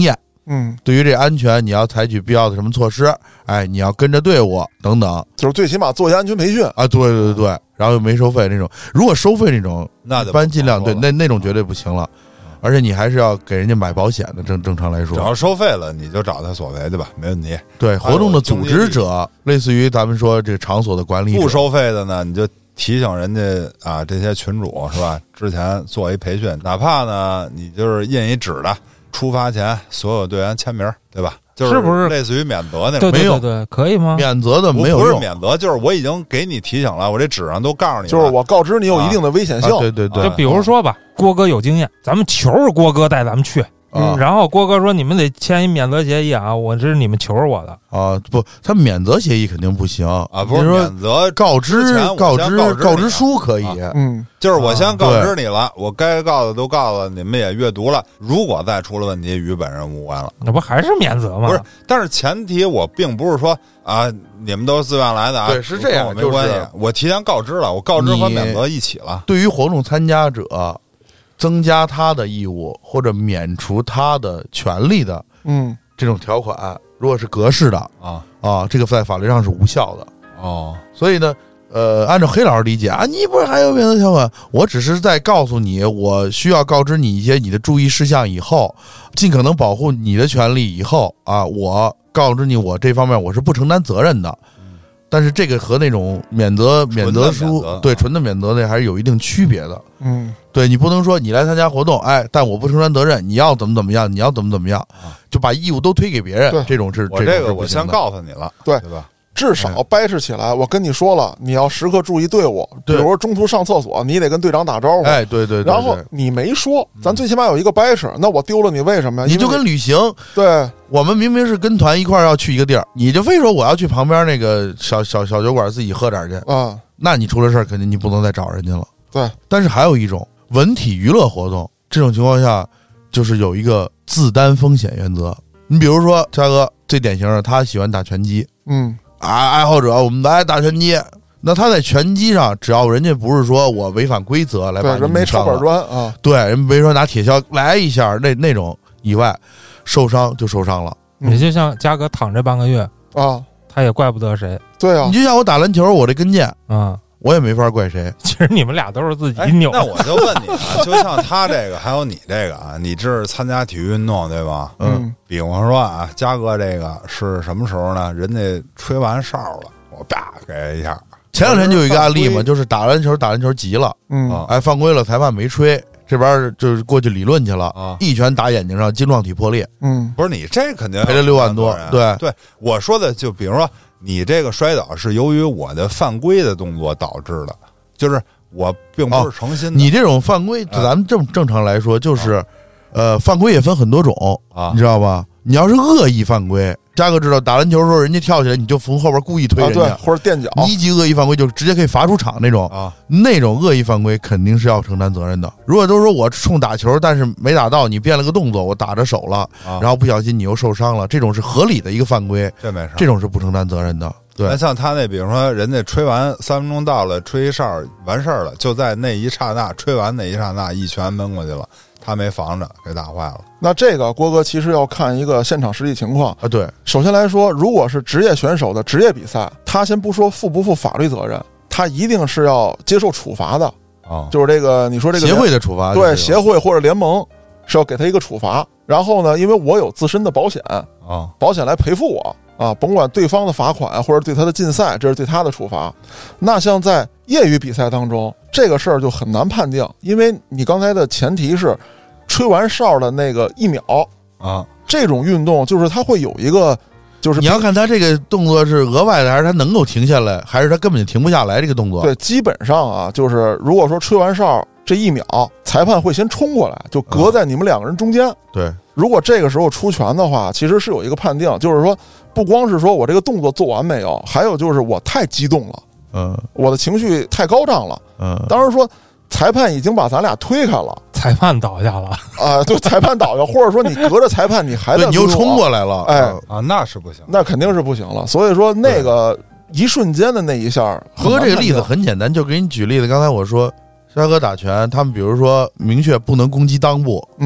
嗯， 对于这安全，你要采取必要的什么措施？哎，你要跟着队伍等等， 就是最起码做一下安全培训啊。对对对，然后又没收费那种。如果收费那种， 那一般尽量对那那种绝对不行了。而且你还是要给人家买保险的，正正常来说， 只要收费了，你就找他索赔对吧？没问题。 对，活动的组织者，类似于咱们说这个场所的管理者， 不收费的呢，你就提醒人家啊，这些群主是吧？之前做一培训，哪怕呢你就是印一纸的，出发前所有队员签名，对吧？就是不是类似于免责那种？ 对对对对，可以吗？ 免责的没有用， 不是免责，就是我已经给你提醒了，我这纸上都告诉你了， 就是我告知你有一定的危险性。 啊、对对对， 就比如说吧，郭哥有经验，咱们球是郭哥带咱们去。嗯，然后郭哥说：“你们得签一免责协议啊，我这是你们求着我的啊，不，他免责协议肯定不行啊，不是免责告知告知告知书可以， 啊、 嗯， 就是我先告知你了，啊、我该告的都告了，你们也阅读了，如果再出了问题，与本人无关了， 那不还是免责吗？ 不是，但是前提我并不是说啊，你们都是自愿来的啊， 对，是这样， 没关系， 就是、 我提前告知了，我告知和免责一起了。 对于活动参加者。”增加他的义务或者免除他的权利的， 嗯， 这种条款，如果是格式的啊啊，这个在法律上是无效的哦。 所以呢，呃，按照黑老师理解啊，你不是还有免责条款？我只是在告诉你，我需要告知你一些你的注意事项，以后尽可能保护你的权利。以后啊，我告知你，我这方面我是不承担责任的。但是这个和那种免责免责书，对纯的免责那还是有一定区别的。 嗯， 对你不能说你来参加活动，哎，但我不承担责任，你要怎么怎么样，你要怎么怎么样，就把义务都推给别人。这种是我这个我先告诉你了， 对对吧？ 至少掰扯起来，我跟你说了，你要时刻注意队伍。比如说中途上厕所，你得跟队长打招呼。 哎，对 对, 对, 对。 然后你没说，咱最起码有一个掰扯。那我丢了你为什么呀？ 你就跟旅行， 对， 我们明明是跟团一块儿要去一个地儿，你就非说我要去旁边那个小小小酒馆自己喝点去啊， 那你出了事儿，肯定你不能再找人家了。 对。 但是还有一种文体娱乐活动，这种情况下就是有一个自担风险原则。你比如说嘉哥最典型的，他喜欢打拳击， 嗯。 啊，爱好者，我们来打拳击。那他在拳击上，只要人家不是说我违反规则来把人没抄板砖啊， 对，人没说拿铁锹来一下，那那种以外，受伤就受伤了。 你就像嘉哥躺这半个月啊， 他也怪不得谁。 对啊， 你就像我打篮球，我这跟腱啊， 我也没法怪谁。 其实你们俩都是自己扭、 哎。那我就问你啊，就像他这个，还有你这个啊，你这是参加体育运动对吧？ 嗯。 比方说啊，嘉哥这个是什么时候呢？人家吹完哨了，我啪给一下。 前两天就有一个案例嘛，就是打篮球打篮球急了， 嗯， 哎犯规了，裁判没吹，这边就是过去理论去了， 啊， 一拳打眼睛上，晶状体破裂。 嗯， 不是你这肯定赔了六万多。对对，我说的就比如说你这个摔倒是由于我的犯规的动作导致的，就是我并不是诚心的。 哦、你这种犯规，咱们正正常来说就是。啊呃，犯规也分很多种啊， 你知道吧？你要是恶意犯规，嘉哥知道，打篮球的时候人家跳起来，你就从后边故意推人家， 啊、对，或者垫脚， 一级恶意犯规就直接可以罚出场那种啊。 那种恶意犯规肯定是要承担责任的。如果都说我冲打球，但是没打到，你变了个动作，我打着手了， 啊、 然后不小心你又受伤了，这种是合理的一个犯规， 这没事， 这种是不承担责任的。对， 那像他那，比如说人家吹完三分钟到了，吹一哨完事儿了，就在那一刹那，吹完那一刹那，一拳闷过去了。他没防着，给打坏了。 那这个郭哥其实要看一个现场实际情况啊。对， 首先来说，如果是职业选手的职业比赛，他先不说负不负法律责任，他一定是要接受处罚的。 哦， 就是这个，你说这个协会的处罚， 对，协会或者联盟是要给他一个处罚。然后呢，因为我有自身的保险啊， 保险来赔付我啊，甭管对方的罚款或者对他的禁赛，这是对他的处罚。那像在业余比赛当中，这个事儿就很难判定，因为你刚才的前提是吹完哨的那个一秒啊， 这种运动就是它会有一个，就是你要看他这个动作是额外的，还是他能够停下来，还是他根本就停不下来这个动作。 对，基本上啊，就是如果说吹完哨这一秒，裁判会先冲过来，就隔在你们两个人中间。 啊、对， 如果这个时候出拳的话，其实是有一个判定，就是说不光是说我这个动作做完没有，还有就是我太激动了， 嗯， 我的情绪太高涨了， 嗯， 当然说裁判已经把咱俩推开了， 裁判倒下了啊，对，裁判倒下，或者说你隔着裁判你还在你又冲过来了， 哎啊，那是不行， 那肯定是不行了。所以说那个一瞬间的那一下， 和这个例子很简单，就给你举例子。刚才我说沙哥打拳，他们比如说明确不能攻击裆部， 嗯，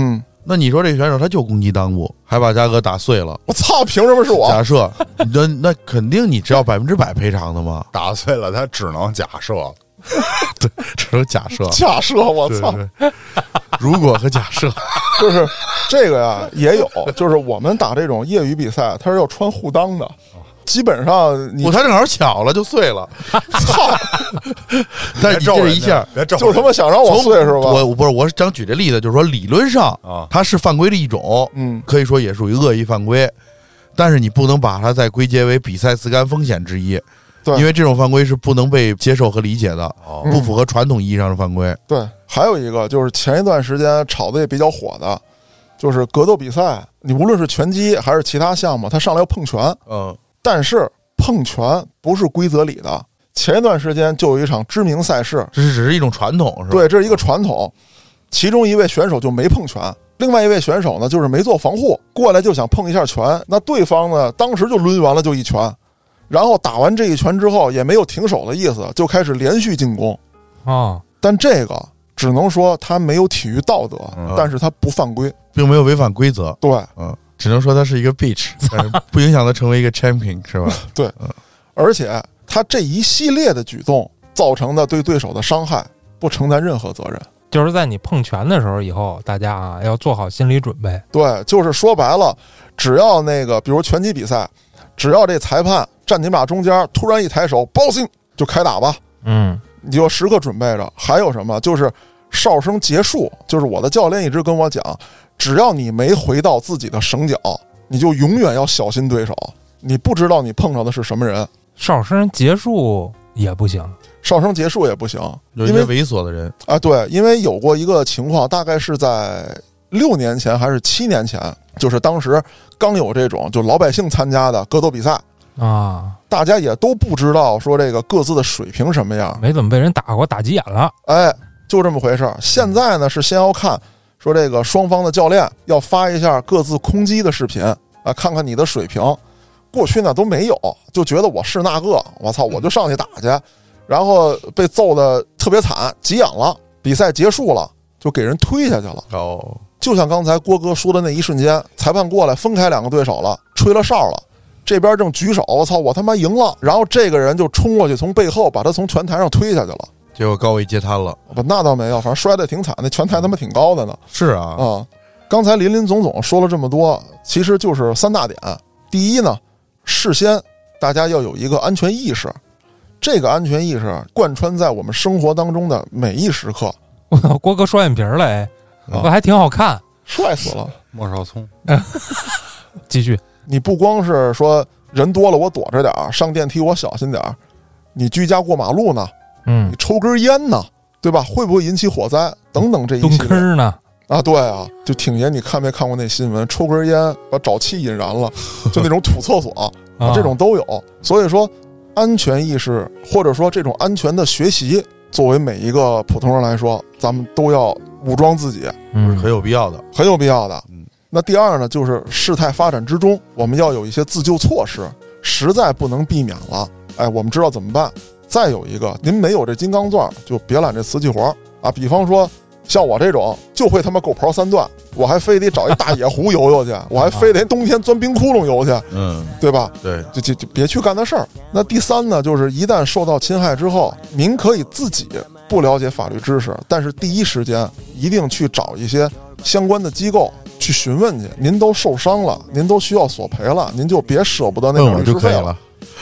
那你说这个选手他就攻击裆部，还把嘉哥打碎了， 我操，凭什么是我？ 假设那那肯定你只要百分之百赔偿的嘛， 打碎了他只能假设， 对，只能假设， 假设我操， 对对如果和假设， 就是这个呀也有，就是我们打这种业余比赛，它是要穿护裆的。基本上你我他正好巧了就碎了， 操！ 但你这一下就是他妈想让我碎是吧？ 我我不是我是想举这例子，就是说理论上啊，它是犯规的一种， 嗯， 可以说也属于恶意犯规，但是你不能把它再归结为比赛自甘风险之一， 对， 因为这种犯规是不能被接受和理解的， 嗯、 不符合传统意义上的犯规。 对，还有一个就是前一段时间炒的也比较火的，就是格斗比赛，你无论是拳击还是其他项目，他上来要碰拳， 嗯， 但是碰拳不是规则里的。前一段时间就有一场知名赛事， 这是只是一种传统，是吧？ 对，这是一个传统。其中一位选手就没碰拳，另外一位选手呢就是没做防护，过来就想碰一下拳，那对方呢当时就抡完了就一拳，然后打完这一拳之后也没有停手的意思，就开始连续进攻啊、哦。 但这个只能说他没有体育道德，嗯、但是他不犯规， 并没有违反规则。 对， 嗯，只能说他是一个 bitch， 但是不影响他成为一个 champion， 是吧？ 对，嗯，而且他这一系列的举动造成的对对手的伤害，不承担任何责任。 就是在你碰拳的时候，以后大家啊要做好心理准备。 对，就是说白了，只要那个，比如拳击比赛，只要这裁判站你俩中间，突然一抬手，包兴就开打吧。 嗯， 你就时刻准备着。还有什么？就是哨声结束，就是我的教练一直跟我讲，只要你没回到自己的绳脚，你就永远要小心对手。你不知道你碰上的是什么人。 哨声结束也不行， 哨声结束也不行， 有一些猥琐的人啊，对，因为有过一个情况，大概是在六年前还是七年前，就是当时刚有这种就老百姓参加的格斗比赛啊， 大家也都不知道说这个各自的水平什么样， 没怎么被人打过，打急眼了， 哎，就这么回事。现在呢是先要看说这个双方的教练要发一下各自空击的视频啊，看看你的水平。过去呢都没有，就觉得我是那个，我操，我就上去打去，然后被揍得特别惨，急眼了。比赛结束了，就给人推下去了。 哦， 就像刚才郭哥说的那一瞬间，裁判过来分开两个对手了，吹了哨了，这边正举手，我操，我他妈赢了。然后这个人就冲过去，从背后把他从拳台上推下去了。 结果高位接瘫了。 不，那倒没有，反正摔得挺惨，那拳台他妈挺高的呢。 是啊， 啊、嗯，刚才林林总总说了这么多，其实就是三大点。第一呢，事先大家要有一个安全意识，这个安全意识贯穿在我们生活当中的每一时刻。 我操，郭哥双眼皮了，哎，我、啊、还挺好看， 帅死了。 莫少聪， 继续， 你不光是说人多了我躲着点儿，上电梯我小心点儿，你居家过马路呢， 嗯， 你抽根烟呢，对吧？会不会引起火灾等等这一系列。 蹲坑呢？ 啊，对啊，就挺爷，你看没看过那新闻？抽根烟把沼气引燃了，就那种土厕所啊，这种都有。所以说，安全意识或者说这种安全的学习，作为每一个普通人来说，咱们都要武装自己， 嗯，很有必要的， 很有必要的。 嗯， 那第二呢，就是事态发展之中，我们要有一些自救措施，实在不能避免了，哎，我们知道怎么办。再有一个，您没有这金刚钻，就别揽这瓷器活啊。比方说。像我这种就会他妈狗刨三段，我还非得找一大野湖游游去，我还非得冬天钻冰窟窿游去， 嗯， 对吧？ 对， 就就就别去干那事儿。那第三呢，就是一旦受到侵害之后，您可以自己不了解法律知识，但是第一时间一定去找一些相关的机构去询问去。您都受伤了，您都需要索赔了，您就别舍不得那点律师费了。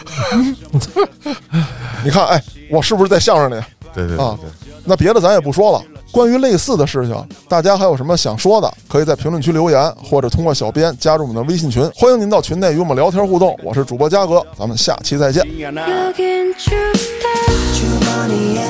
你看，哎，我是不是在向着你？ 对对对对、啊。 那别的咱也不说了。关于类似的事情，大家还有什么想说的，可以在评论区留言，或者通过小编加入我们的微信群，欢迎您到群内与我们聊天互动。我是主播嘉哥，咱们下期再见。